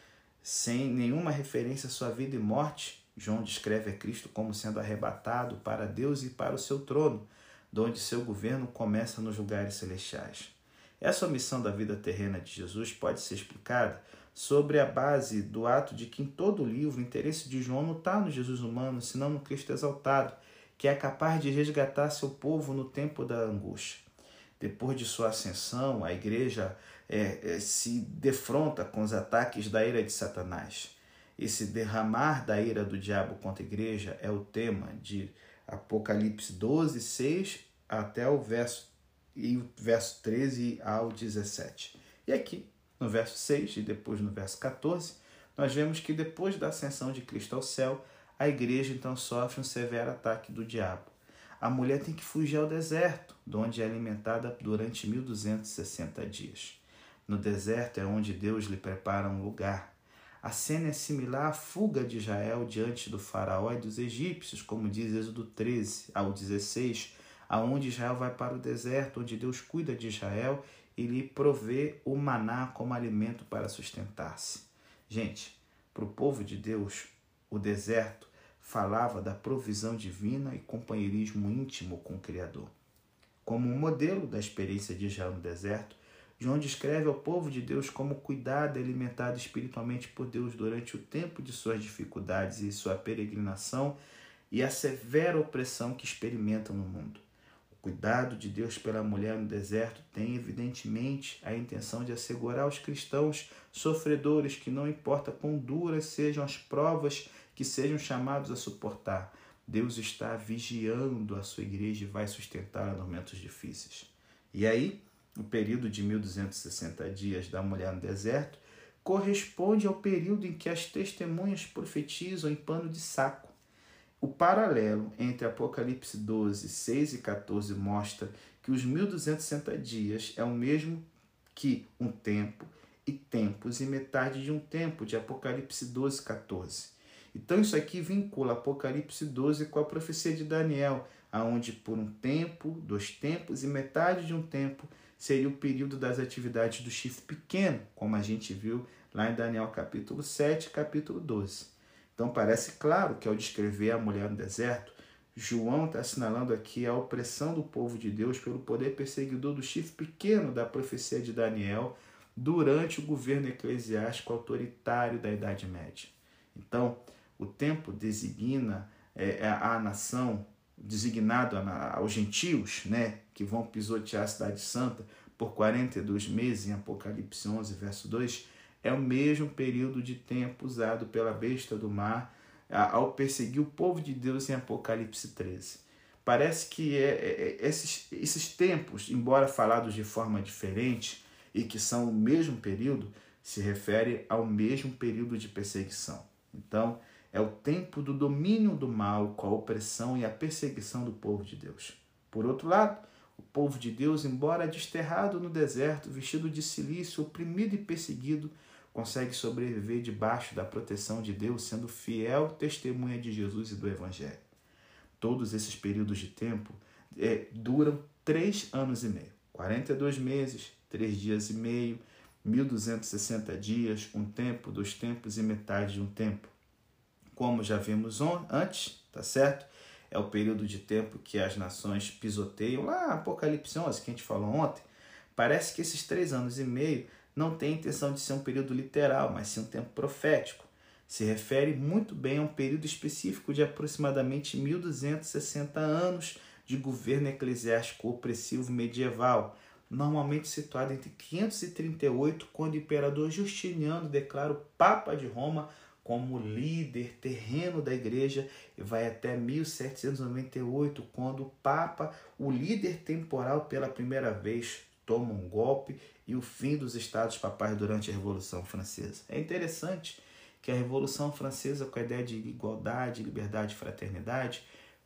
Sem nenhuma referência à sua vida e morte, João descreve a Cristo como sendo arrebatado para Deus e para o seu trono, donde seu governo começa nos lugares celestiais. Essa omissão da vida terrena de Jesus pode ser explicada sobre a base do ato de que em todo o livro o interesse de João não está no Jesus humano, senão no Cristo exaltado, que é capaz de resgatar seu povo no tempo da angústia. Depois de sua ascensão, a igreja é, é, se defronta com os ataques da ira de Satanás. Esse derramar da ira do diabo contra a igreja é o tema de Apocalipse doze, seis até o verso, e o verso treze ao dezessete. E aqui, no verso seis e depois no verso catorze, nós vemos que depois da ascensão de Cristo ao céu, a igreja então sofre um severo ataque do diabo. A mulher tem que fugir ao deserto, onde é alimentada durante mil duzentos e sessenta dias. No deserto é onde Deus lhe prepara um lugar. A cena é similar à fuga de Israel diante do faraó e dos egípcios, como diz Êxodo treze ao dezesseis, aonde Israel vai para o deserto, onde Deus cuida de Israel e lhe provê o maná como alimento para sustentar-se. Gente, para o povo de Deus, o deserto falava da provisão divina e companheirismo íntimo com o Criador. Como um modelo da experiência de Israel no deserto, João descreve ao povo de Deus como cuidado e alimentado espiritualmente por Deus durante o tempo de suas dificuldades e sua peregrinação e a severa opressão que experimentam no mundo. O cuidado de Deus pela mulher no deserto tem, evidentemente, a intenção de assegurar aos cristãos sofredores que não importa quão duras sejam as provas que sejam chamados a suportar, Deus está vigiando a sua igreja e vai sustentá-la nos momentos difíceis. E aí, o período de mil duzentos e sessenta dias da mulher no deserto corresponde ao período em que as testemunhas profetizam em pano de saco. O paralelo entre Apocalipse doze, seis e catorze mostra que os mil duzentos e sessenta dias é o mesmo que um tempo e tempos e metade de um tempo, de Apocalipse doze, catorze. Então isso aqui vincula Apocalipse doze com a profecia de Daniel, aonde por um tempo, dois tempos e metade de um tempo seria o período das atividades do chifre pequeno, como a gente viu lá em Daniel capítulo sete, capítulo doze. Então parece claro que ao descrever a mulher no deserto, João está assinalando aqui a opressão do povo de Deus pelo poder perseguidor do chifre pequeno da profecia de Daniel durante o governo eclesiástico autoritário da Idade Média. Então, o tempo designa é, a nação, designado aos gentios, né, que vão pisotear a cidade santa por quarenta e dois meses, em Apocalipse onze, verso dois, é o mesmo período de tempo usado pela besta do mar ao perseguir o povo de Deus em Apocalipse treze. Parece que é, é, esses, esses tempos, embora falados de forma diferente e que são o mesmo período, se refere ao mesmo período de perseguição. Então, é o tempo do domínio do mal com a opressão e a perseguição do povo de Deus. Por outro lado, o povo de Deus, embora desterrado no deserto, vestido de cilício, oprimido e perseguido, consegue sobreviver debaixo da proteção de Deus, sendo fiel testemunha de Jesus e do Evangelho. Todos esses períodos de tempo é, duram três anos e meio. quarenta e dois meses, três dias e meio, mil duzentos e sessenta dias, um tempo, dois tempos e metade de um tempo. Como já vimos antes, tá certo? É o período de tempo que as nações pisoteiam. Lá, Apocalipse onze, que a gente falou ontem, parece que esses três anos e meio não tem intenção de ser um período literal, mas sim um tempo profético. Se refere muito bem a um período específico de aproximadamente mil duzentos e sessenta anos de governo eclesiástico opressivo medieval, normalmente situado entre quinhentos e trinta e oito, quando o imperador Justiniano declara o Papa de Roma como líder terreno da igreja, e vai até mil setecentos e noventa e oito, quando o Papa, o líder temporal, pela primeira vez toma um golpe e o fim dos Estados Papais durante a Revolução Francesa. É interessante que a Revolução Francesa, com a ideia de igualdade, liberdade e fraternidade,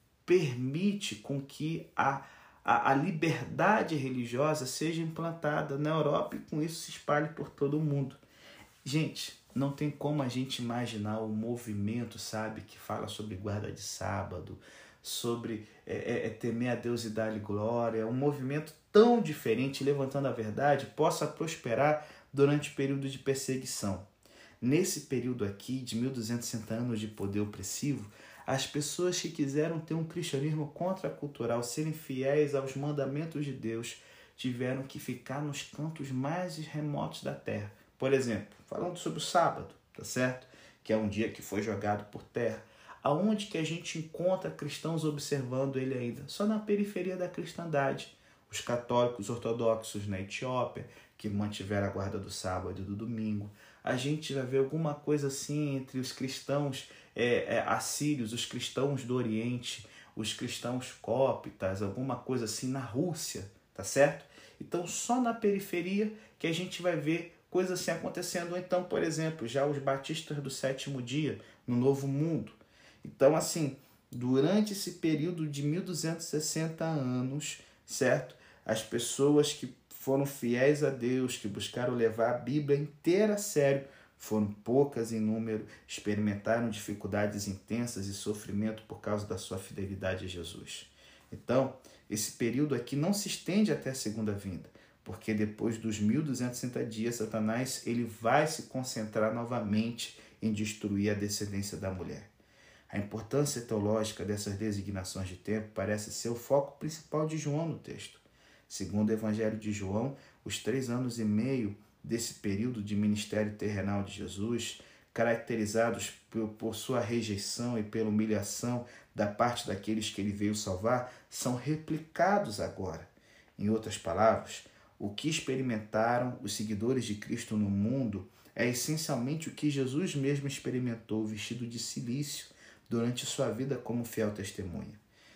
permite com que a, a, a liberdade religiosa seja implantada na Europa e com isso se espalhe por todo o mundo. Gente, não tem como a gente imaginar o movimento, sabe, que fala sobre guarda de sábado, sobre é, é, temer a Deus e dar-lhe glória, um movimento tão diferente, levantando a verdade, possa prosperar durante o período de perseguição. Nesse período aqui, de mil duzentos e sessenta anos de poder opressivo, as pessoas que quiseram ter um cristianismo contracultural, serem fiéis aos mandamentos de Deus, tiveram que ficar nos cantos mais remotos da terra. Por exemplo, falando sobre o sábado, tá certo? Que é um dia que foi jogado por terra. Aonde que a gente encontra cristãos observando ele ainda? Só na periferia da cristandade. Os católicos ortodoxos na Etiópia, que mantiveram a guarda do sábado e do domingo. A gente vai ver alguma coisa assim entre os cristãos é, é, assírios, os cristãos do Oriente, os cristãos cóptas, alguma coisa assim na Rússia, tá certo? Então, só na periferia que a gente vai ver coisas assim acontecendo. Então, por exemplo, já os batistas do sétimo dia, no Novo Mundo. Então, assim, durante esse período de mil duzentos e sessenta anos, certo? As pessoas que foram fiéis a Deus, que buscaram levar a Bíblia inteira a sério, foram poucas em número, experimentaram dificuldades intensas e sofrimento por causa da sua fidelidade a Jesus. Então, esse período aqui não se estende até a segunda vinda, porque depois dos mil duzentos e sessenta dias, Satanás ele vai se concentrar novamente em destruir a descendência da mulher. A importância teológica dessas designações de tempo parece ser o foco principal de João no texto. Segundo o Evangelho de João, os três anos e meio desse período de ministério terrenal de Jesus, caracterizados por, por sua rejeição e pela humilhação da parte daqueles que ele veio salvar, são replicados agora. Em outras palavras, o que experimentaram os seguidores de Cristo no mundo é essencialmente o que Jesus mesmo experimentou vestido de cilício durante sua vida como fiel testemunha.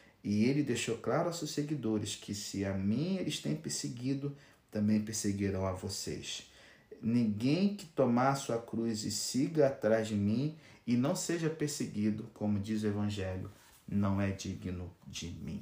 E ele deixou claro aos seus seguidores que se a mim eles têm perseguido, também perseguirão a vocês. Ninguém que tomar a sua cruz e siga atrás de mim e não seja perseguido, como diz o Evangelho, não é digno de mim.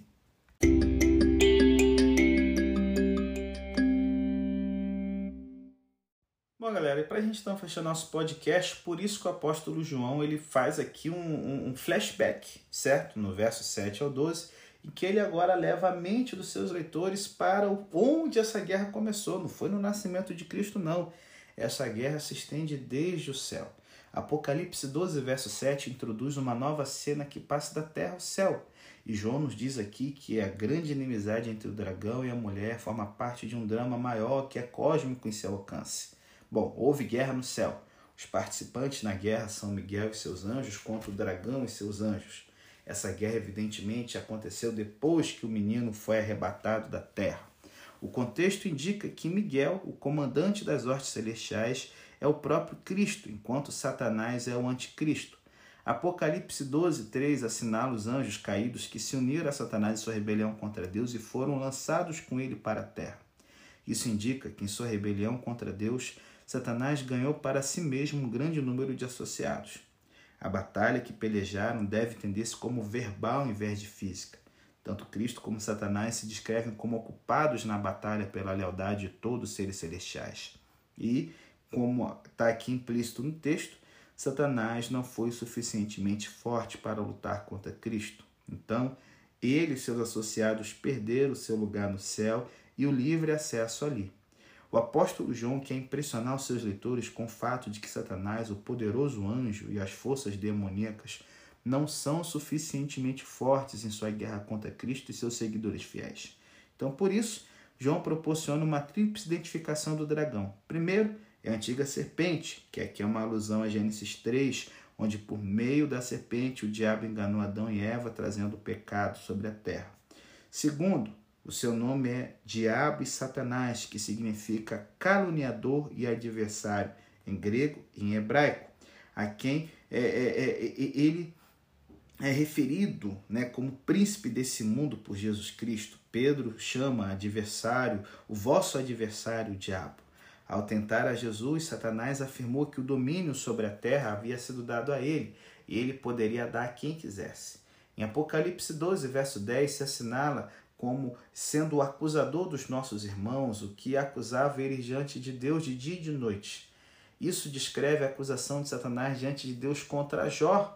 Bom, galera, e para a gente então fechar nosso podcast, por isso que o apóstolo João ele faz aqui um, um, um flashback, certo? No verso sete ao doze, em que ele agora leva a mente dos seus leitores para onde essa guerra começou. Não foi no nascimento de Cristo, não. Essa guerra se estende desde o céu. Apocalipse doze, verso sete, introduz uma nova cena que passa da terra ao céu. E João nos diz aqui que a grande inimizade entre o dragão e a mulher forma parte de um drama maior que é cósmico em seu alcance. Bom, houve guerra no céu. Os participantes na guerra são Miguel e seus anjos contra o dragão e seus anjos. Essa guerra, evidentemente, aconteceu depois que o menino foi arrebatado da terra. O contexto indica que Miguel, o comandante das hostes celestiais, é o próprio Cristo, enquanto Satanás é o anticristo. Apocalipse doze, três assinala os anjos caídos que se uniram a Satanás em sua rebelião contra Deus e foram lançados com ele para a terra. Isso indica que em sua rebelião contra Deus, Satanás ganhou para si mesmo um grande número de associados. A batalha que pelejaram deve entender-se como verbal em vez de física. Tanto Cristo como Satanás se descrevem como ocupados na batalha pela lealdade de todos os seres celestiais. E, como está aqui implícito no texto, Satanás não foi suficientemente forte para lutar contra Cristo. Então, ele e seus associados perderam seu lugar no céu e o livre acesso ali. O apóstolo João quer impressionar os seus leitores com o fato de que Satanás, o poderoso anjo e as forças demoníacas não são suficientemente fortes em sua guerra contra Cristo e seus seguidores fiéis. Então, por isso, João proporciona uma tríplice identificação do dragão. Primeiro, é a antiga serpente, que aqui é uma alusão a Gênesis três, onde por meio da serpente o diabo enganou Adão e Eva, trazendo o pecado sobre a terra. Segundo, o seu nome é Diabo e Satanás, que significa caluniador e adversário, em grego e em hebraico, a quem é, é, é, ele é referido, né, como príncipe desse mundo por Jesus Cristo. Pedro chama adversário, o vosso adversário, o diabo. Ao tentar a Jesus, Satanás afirmou que o domínio sobre a terra havia sido dado a ele, e ele poderia dar a quem quisesse. Em Apocalipse doze, verso dez, se assinala como sendo o acusador dos nossos irmãos, o que acusava eles diante de Deus de dia e de noite. Isso descreve a acusação de Satanás diante de Deus contra Jó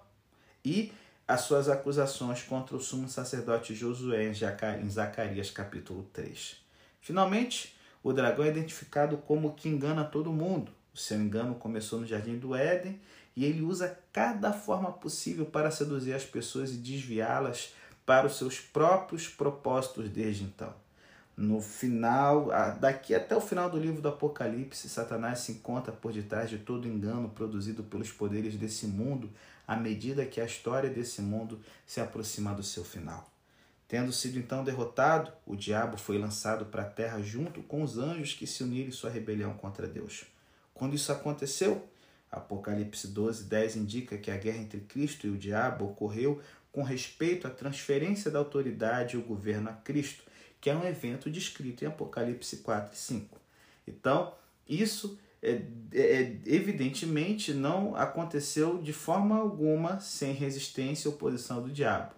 e as suas acusações contra o sumo sacerdote Josué em Zacarias capítulo três. Finalmente, o dragão é identificado como o que engana todo mundo. O seu engano começou no Jardim do Éden e ele usa cada forma possível para seduzir as pessoas e desviá-las para os seus próprios propósitos desde então. No final, daqui até o final do livro do Apocalipse, Satanás se encontra por detrás de todo engano produzido pelos poderes desse mundo, à medida que a história desse mundo se aproxima do seu final. Tendo sido então derrotado, o diabo foi lançado para a terra junto com os anjos que se uniram em sua rebelião contra Deus. Quando isso aconteceu, Apocalipse doze, dez indica que a guerra entre Cristo e o diabo ocorreu com respeito à transferência da autoridade e o governo a Cristo, que é um evento descrito em Apocalipse quatro e cinco. Então, isso é, é, evidentemente não aconteceu de forma alguma sem resistência e oposição do diabo.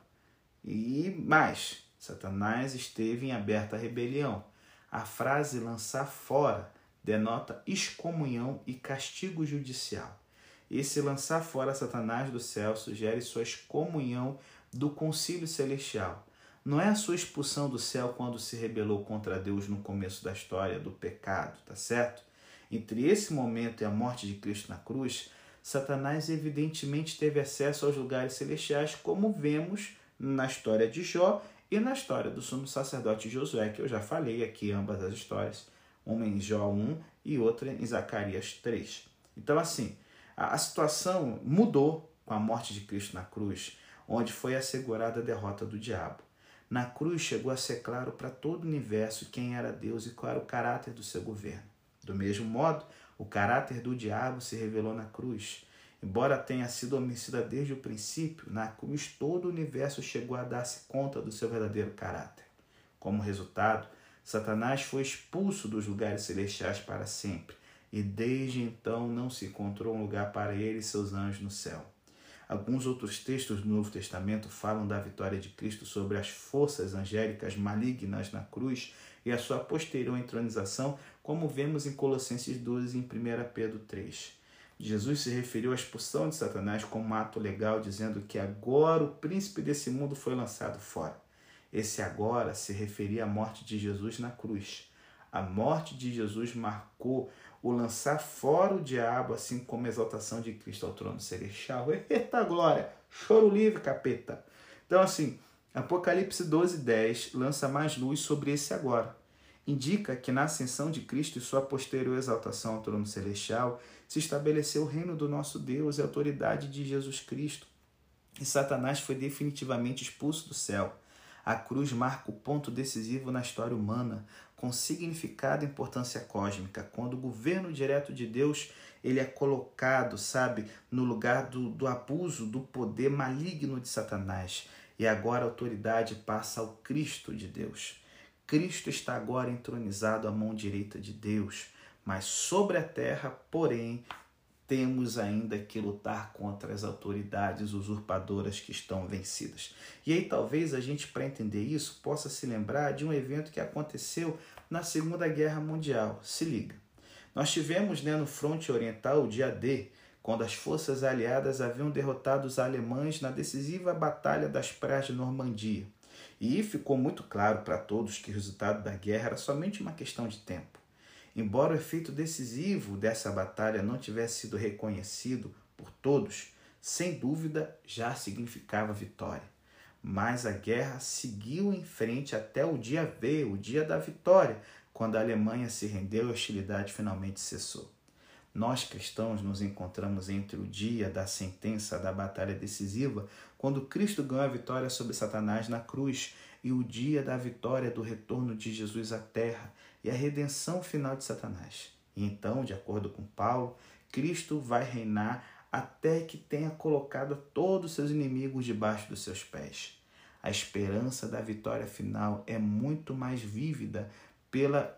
E mais, Satanás esteve em aberta rebelião. A frase lançar fora denota excomunhão e castigo judicial. Esse lançar fora Satanás do céu sugere sua excomunhão do concílio celestial. Não é a sua expulsão do céu quando se rebelou contra Deus no começo da história do pecado, tá certo? Entre esse momento e a morte de Cristo na cruz, Satanás evidentemente teve acesso aos lugares celestiais, como vemos na história de Jó e na história do sumo sacerdote Josué, que eu já falei aqui, ambas as histórias, uma em Jó um e outra em Zacarias três. Então, assim, a situação mudou com a morte de Cristo na cruz, onde foi assegurada a derrota do diabo. Na cruz chegou a ser claro para todo o universo quem era Deus e qual era o caráter do seu governo. Do mesmo modo, o caráter do diabo se revelou na cruz. Embora tenha sido homicida desde o princípio, na cruz todo o universo chegou a dar-se conta do seu verdadeiro caráter. Como resultado, Satanás foi expulso dos lugares celestiais para sempre, e desde então não se encontrou um lugar para ele e seus anjos no céu. Alguns outros textos do Novo Testamento falam da vitória de Cristo sobre as forças angélicas malignas na cruz e a sua posterior entronização, como vemos em Colossenses doze e em primeira Pedro três. Jesus se referiu à expulsão de Satanás como um ato legal, dizendo que agora o príncipe desse mundo foi lançado fora. Esse agora se referia à morte de Jesus na cruz. A morte de Jesus marcou o lançar fora o diabo, assim como a exaltação de Cristo ao trono celestial. Eita glória! Choro livre, capeta! Então, assim, Apocalipse doze, dez lança mais luz sobre esse agora. Indica que na ascensão de Cristo e sua posterior exaltação ao trono celestial se estabeleceu o reino do nosso Deus e a autoridade de Jesus Cristo. E Satanás foi definitivamente expulso do céu. A cruz marca o ponto decisivo na história humana, com significado e importância cósmica, quando o governo direto de Deus ele é colocado, sabe, no lugar do, do abuso do poder maligno de Satanás. E agora a autoridade passa ao Cristo de Deus. Cristo está agora entronizado à mão direita de Deus, mas sobre a terra, porém, temos ainda que lutar contra as autoridades usurpadoras que estão vencidas. E aí talvez a gente, para entender isso, possa se lembrar de um evento que aconteceu na Segunda Guerra Mundial. Se liga. Nós tivemos, né, no fronte oriental o dia D, quando as forças aliadas haviam derrotado os alemães na decisiva Batalha das Praias de Normandia. E ficou muito claro para todos que o resultado da guerra era somente uma questão de tempo. Embora o efeito decisivo dessa batalha não tivesse sido reconhecido por todos, sem dúvida já significava vitória. Mas a guerra seguiu em frente até o dia V, o dia da vitória, quando a Alemanha se rendeu e a hostilidade finalmente cessou. Nós cristãos nos encontramos entre o dia da sentença da batalha decisiva, quando Cristo ganhou a vitória sobre Satanás na cruz, e o dia da vitória do retorno de Jesus à terra e a redenção final de Satanás. E então, de acordo com Paulo, Cristo vai reinar até que tenha colocado todos os seus inimigos debaixo dos seus pés. A esperança da vitória final é muito mais vívida pela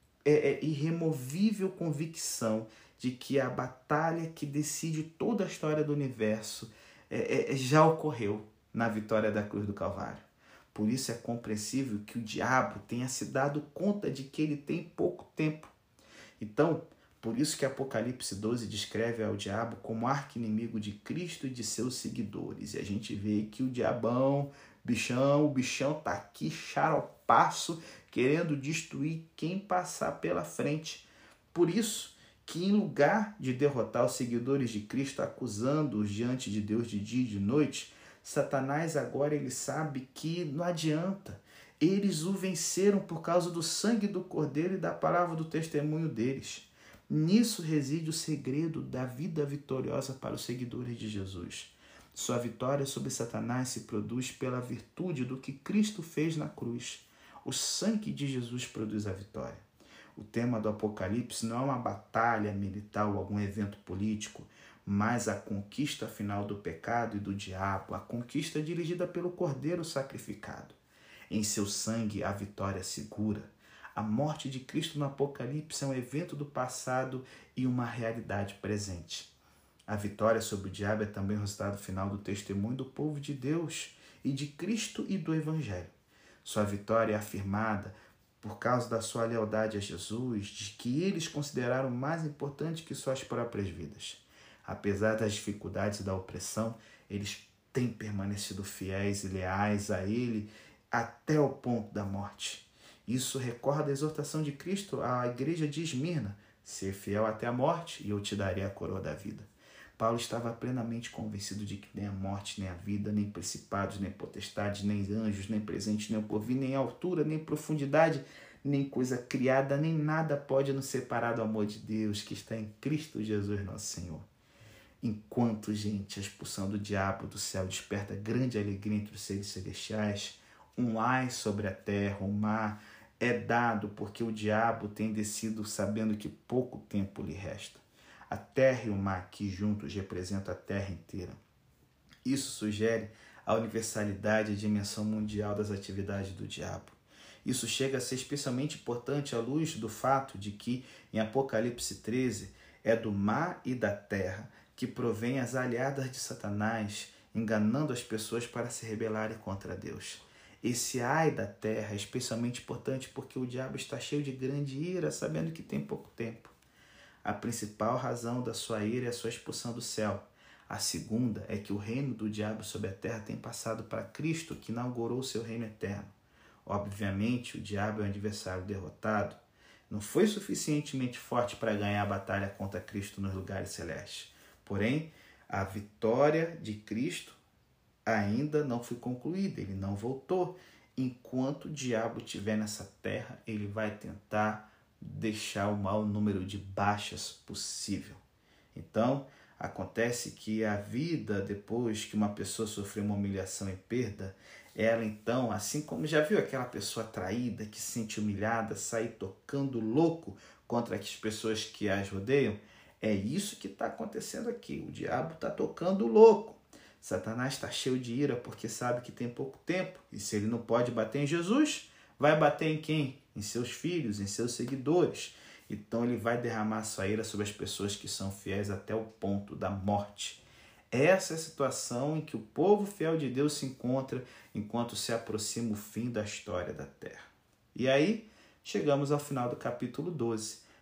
irremovível convicção de que a batalha que decide toda a história do universo é, é, já ocorreu na vitória da cruz do Calvário. Por isso é compreensível que o diabo tenha se dado conta de que ele tem pouco tempo. Então, por isso que Apocalipse doze descreve ao diabo como arqui-inimigo de Cristo e de seus seguidores. E a gente vê que o diabão, bichão, o bichão está aqui xaropaço, querendo destruir quem passar pela frente. Por isso que, em lugar de derrotar os seguidores de Cristo, acusando-os diante de Deus de dia e de noite, Satanás agora ele sabe que não adianta. Eles o venceram por causa do sangue do Cordeiro e da palavra do testemunho deles. Nisso reside o segredo da vida vitoriosa para os seguidores de Jesus. Sua vitória sobre Satanás se produz pela virtude do que Cristo fez na cruz. O sangue de Jesus produz a vitória. O tema do Apocalipse não é uma batalha militar ou algum evento político, mas a conquista final do pecado e do diabo, a conquista dirigida pelo Cordeiro sacrificado. Em seu sangue, a vitória segura. A morte de Cristo no Apocalipse é um evento do passado e uma realidade presente. A vitória sobre o diabo é também o resultado final do testemunho do povo de Deus e de Cristo e do Evangelho. Sua vitória é afirmada por causa da sua lealdade a Jesus, de que eles consideraram mais importante que suas próprias vidas. Apesar das dificuldades e da opressão, eles têm permanecido fiéis e leais a Ele até o ponto da morte. Isso recorda a exortação de Cristo à igreja de Esmirna: ser fiel até a morte e eu te darei a coroa da vida. Paulo estava plenamente convencido de que nem a morte, nem a vida, nem principados, nem potestades, nem anjos, nem presentes, nem o porvir, nem altura, nem profundidade, nem coisa criada, nem nada pode nos separar do amor de Deus que está em Cristo Jesus nosso Senhor. Enquanto, gente, a expulsão do diabo do céu desperta grande alegria entre os seres celestiais, um ai sobre a terra, o mar, é dado porque o diabo tem descido sabendo que pouco tempo lhe resta. A terra e o mar aqui juntos representam a terra inteira. Isso sugere a universalidade e a dimensão mundial das atividades do diabo. Isso chega a ser especialmente importante à luz do fato de que, em Apocalipse treze, é do mar e da terra que provém as aliadas de Satanás, enganando as pessoas para se rebelarem contra Deus. Esse ai da terra é especialmente importante porque o diabo está cheio de grande ira, sabendo que tem pouco tempo. A principal razão da sua ira é a sua expulsão do céu. A segunda é que o reino do diabo sobre a terra tem passado para Cristo, que inaugurou o seu reino eterno. Obviamente, o diabo é um adversário derrotado. Não foi suficientemente forte para ganhar a batalha contra Cristo nos lugares celestes. Porém, a vitória de Cristo ainda não foi concluída, ele não voltou. Enquanto o diabo estiver nessa terra, ele vai tentar deixar o maior número de baixas possível. Então, acontece que a vida, depois que uma pessoa sofreu uma humilhação e perda, ela então, assim como já viu aquela pessoa traída, que se sente humilhada, sair tocando louco contra as pessoas que as rodeiam, é isso que está acontecendo aqui. O diabo está tocando louco. Satanás está cheio de ira porque sabe que tem pouco tempo. E se ele não pode bater em Jesus, vai bater em quem? Em seus filhos, em seus seguidores. Então ele vai derramar sua ira sobre as pessoas que são fiéis até o ponto da morte. Essa é a situação em que o povo fiel de Deus se encontra enquanto se aproxima o fim da história da terra. E aí, chegamos ao final do capítulo doze.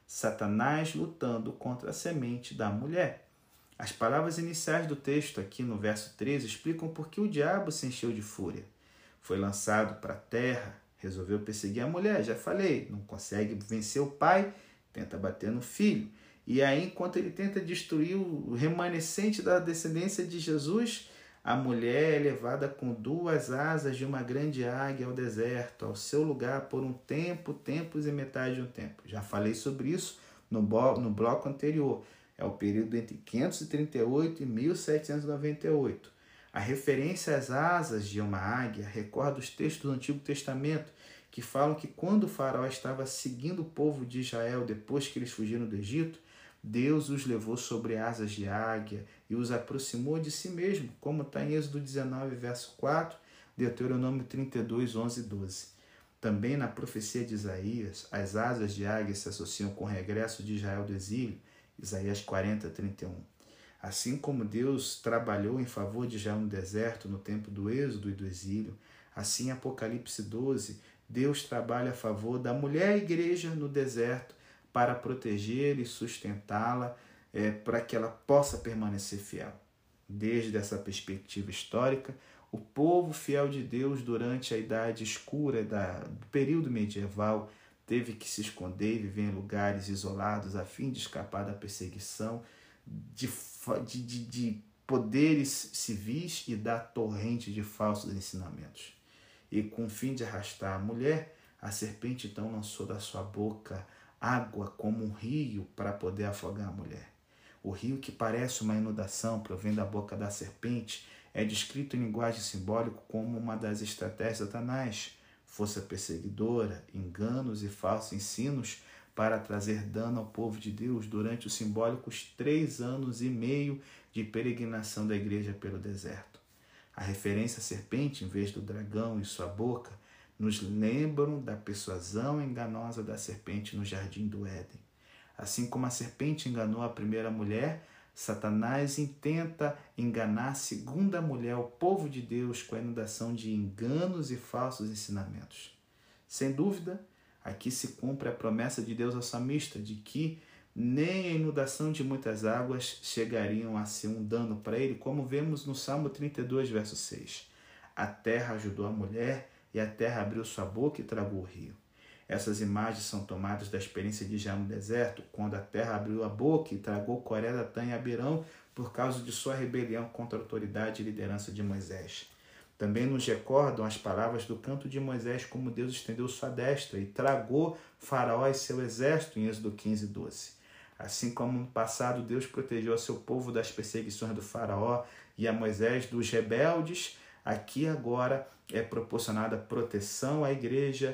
Satanás lutando contra a semente da mulher. As palavras iniciais do texto, aqui no verso treze, explicam por que o diabo se encheu de fúria. Foi lançado para a terra, resolveu perseguir a mulher, já falei, não consegue vencer o pai, tenta bater no filho. E aí, enquanto ele tenta destruir o remanescente da descendência de Jesus, a mulher é levada com duas asas de uma grande águia ao deserto, ao seu lugar por um tempo, tempos e metade de um tempo. Já falei sobre isso no, no bloco anterior. É o período entre quinhentos e trinta e oito e mil setecentos e noventa e oito. A referência às asas de uma águia recorda os textos do Antigo Testamento que falam que quando o faraó estava seguindo o povo de Israel depois que eles fugiram do Egito, Deus os levou sobre asas de águia e os aproximou de si mesmo, como está em Êxodo dezenove, verso quatro, Deuteronômio trinta e dois, onze e doze. Também na profecia de Isaías, as asas de águia se associam com o regresso de Israel do exílio, Isaías quarenta, trinta e um. Assim como Deus trabalhou em favor de Israel no deserto no tempo do êxodo e do exílio, assim em Apocalipse doze, Deus trabalha a favor da mulher igreja no deserto para protegê-la e sustentá-la, é, para que ela possa permanecer fiel. Desde essa perspectiva histórica, o povo fiel de Deus durante a idade escura da, do período medieval teve que se esconder e viver em lugares isolados a fim de escapar da perseguição de, de, de, de poderes civis e da torrente de falsos ensinamentos. E com o fim de arrastar a mulher, a serpente então lançou da sua boca água como um rio para poder afogar a mulher. O rio, que parece uma inundação, provém da boca da serpente, é descrito em linguagem simbólica como uma das estratégias de Satanás, força perseguidora, enganos e falsos ensinos para trazer dano ao povo de Deus durante os simbólicos três anos e meio de peregrinação da igreja pelo deserto. A referência à serpente, em vez do dragão e sua boca, nos lembram da persuasão enganosa da serpente no jardim do Éden. Assim como a serpente enganou a primeira mulher, Satanás intenta enganar a segunda mulher, o povo de Deus, com a inundação de enganos e falsos ensinamentos. Sem dúvida, aqui se cumpre a promessa de Deus ao salmista de que nem a inundação de muitas águas chegariam a ser um dano para ele, como vemos no Salmo trinta e dois, verso seis. A terra ajudou a mulher e a terra abriu sua boca e tragou o rio. Essas imagens são tomadas da experiência de Israel no deserto, quando a terra abriu a boca e tragou Coré, Datã e Abirão por causa de sua rebelião contra a autoridade e liderança de Moisés. Também nos recordam as palavras do canto de Moisés, como Deus estendeu sua destra e tragou Faraó e seu exército, em Êxodo quinze, doze. Assim como no passado Deus protegeu a seu povo das perseguições do Faraó e a Moisés dos rebeldes, aqui agora é proporcionada proteção à igreja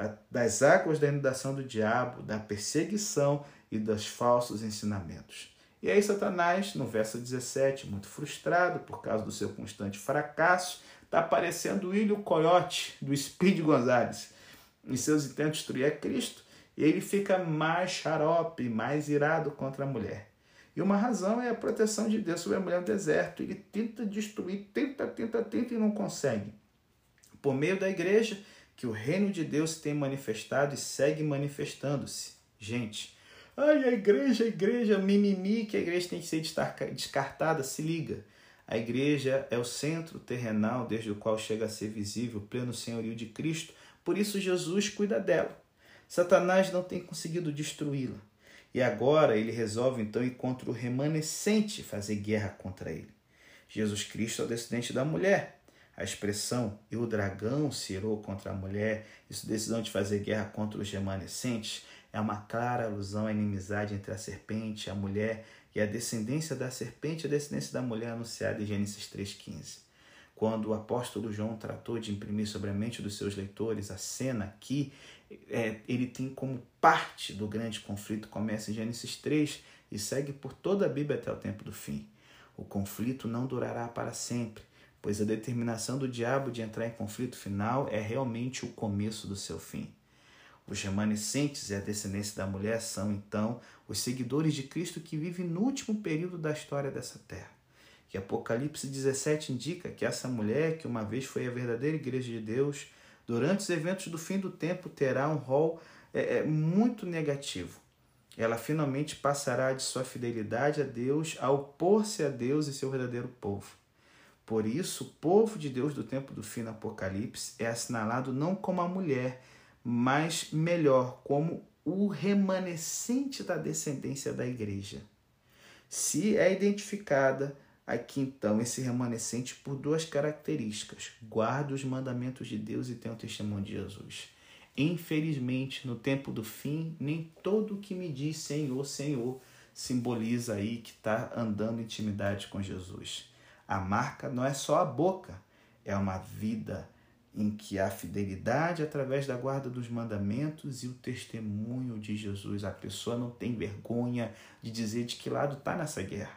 das águas da inundação do diabo, da perseguição e dos falsos ensinamentos. E aí Satanás, no verso dezessete, muito frustrado por causa do seu constante fracasso, está aparecendo o Ilho Coyote do Speed Gonzales em seus intentos de destruir a Cristo, e ele fica mais xarope, mais irado contra a mulher. E uma razão é a proteção de Deus sobre a mulher no deserto. Ele tenta destruir, tenta, tenta, tenta e não consegue. Por meio da igreja, que o reino de Deus tem manifestado e segue manifestando-se. Gente, ai, a igreja, a igreja, mimimi, que a igreja tem que ser descartada, se liga. A igreja é o centro terrenal desde o qual chega a ser visível o pleno senhorio de Cristo, por isso Jesus cuida dela. Satanás não tem conseguido destruí-la. E agora ele resolve então ir contra o remanescente, fazer guerra contra ele. Jesus Cristo é o descendente da mulher. A expressão "e o dragão se irou contra a mulher", isso decisão de fazer guerra contra os remanescentes, é uma clara alusão à inimizade entre a serpente, a mulher, e a descendência da serpente e a descendência da mulher anunciada em Gênesis três, quinze. Quando o apóstolo João tratou de imprimir sobre a mente dos seus leitores a cena aqui, é, ele tem como parte do grande conflito, começa em Gênesis três e segue por toda a Bíblia até o tempo do fim. O conflito não durará para sempre, pois a determinação do diabo de entrar em conflito final é realmente o começo do seu fim. Os remanescentes e a descendência da mulher são, então, os seguidores de Cristo que vivem no último período da história dessa terra. E Apocalipse dezessete indica que essa mulher, que uma vez foi a verdadeira igreja de Deus, durante os eventos do fim do tempo terá um rol é, é, muito negativo. ela finalmente passará de sua fidelidade a Deus a opor-se a Deus e seu verdadeiro povo. Por isso, o povo de Deus do tempo do fim no Apocalipse é assinalado não como a mulher, mas melhor, como o remanescente da descendência da igreja. Se é identificada aqui então esse remanescente por duas características: guarda os mandamentos de Deus e tem o testemunho de Jesus. Infelizmente, no tempo do fim, nem todo o que me diz Senhor, Senhor simboliza aí que está andando em intimidade com Jesus. A marca não é só a boca, é uma vida em que há fidelidade através da guarda dos mandamentos e o testemunho de Jesus. A pessoa não tem vergonha de dizer de que lado está nessa guerra.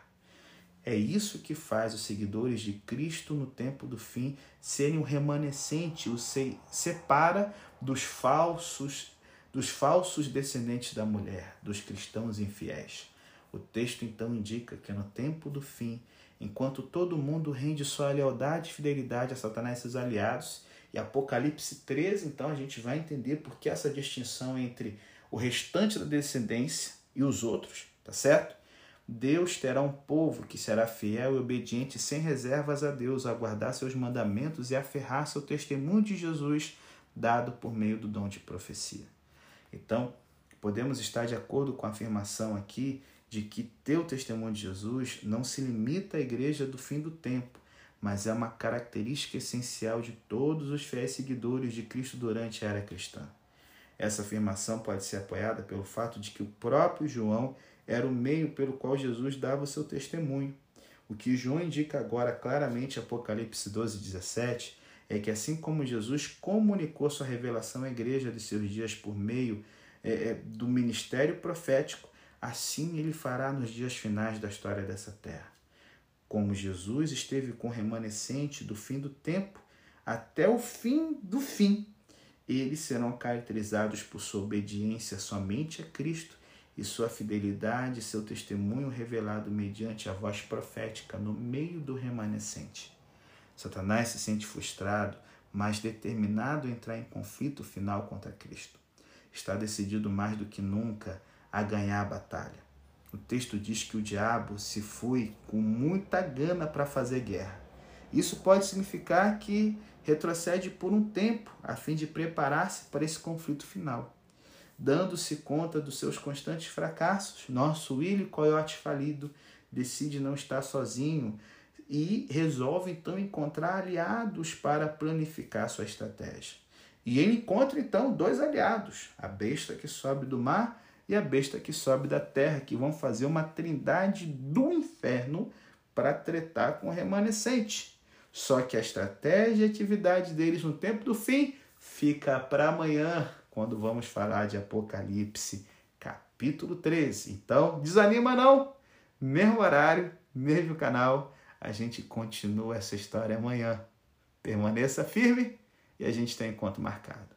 É isso que faz os seguidores de Cristo no tempo do fim serem um remanescente, o se separa dos falsos, dos falsos descendentes da mulher, dos cristãos infiéis. O texto então indica que no tempo do fim, enquanto todo mundo rende sua lealdade e fidelidade a Satanás e seus aliados, e Apocalipse treze, então a gente vai entender por que essa distinção entre o restante da descendência e os outros, tá certo? Deus terá um povo que será fiel e obediente sem reservas a Deus, a guardar seus mandamentos e aferrar-se ao testemunho de Jesus dado por meio do dom de profecia. Então, podemos estar de acordo com a afirmação aqui de que ter o testemunho de Jesus não se limita à igreja do fim do tempo, mas é uma característica essencial de todos os fiéis seguidores de Cristo durante a era cristã. Essa afirmação pode ser apoiada pelo fato de que o próprio João era o meio pelo qual Jesus dava o seu testemunho. O que João indica agora claramente em Apocalipse doze, dezessete, é que assim como Jesus comunicou sua revelação à igreja de seus dias por meio é, do ministério profético, assim ele fará nos dias finais da história dessa terra. Como Jesus esteve com o remanescente do fim do tempo até o fim do fim, eles serão caracterizados por sua obediência somente a Cristo e sua fidelidade e seu testemunho revelado mediante a voz profética no meio do remanescente. Satanás se sente frustrado, mas determinado a entrar em conflito final contra Cristo. Está decidido mais do que nunca a ganhar a batalha. O texto diz que o diabo se foi com muita gana para fazer guerra. Isso pode significar que retrocede por um tempo, a fim de preparar-se para esse conflito final. Dando-se conta dos seus constantes fracassos, nosso Willy Coyote falido decide não estar sozinho e resolve então encontrar aliados para planificar sua estratégia. E ele encontra então dois aliados, a besta que sobe do mar e a besta que sobe da terra, que vão fazer uma trindade do inferno para tretar com o remanescente. Só que a estratégia e a atividade deles no tempo do fim fica para amanhã, quando vamos falar de Apocalipse, capítulo treze. Então, desanima não! Mesmo horário, mesmo canal, a gente continua essa história amanhã. Permaneça firme e a gente tem encontro marcado.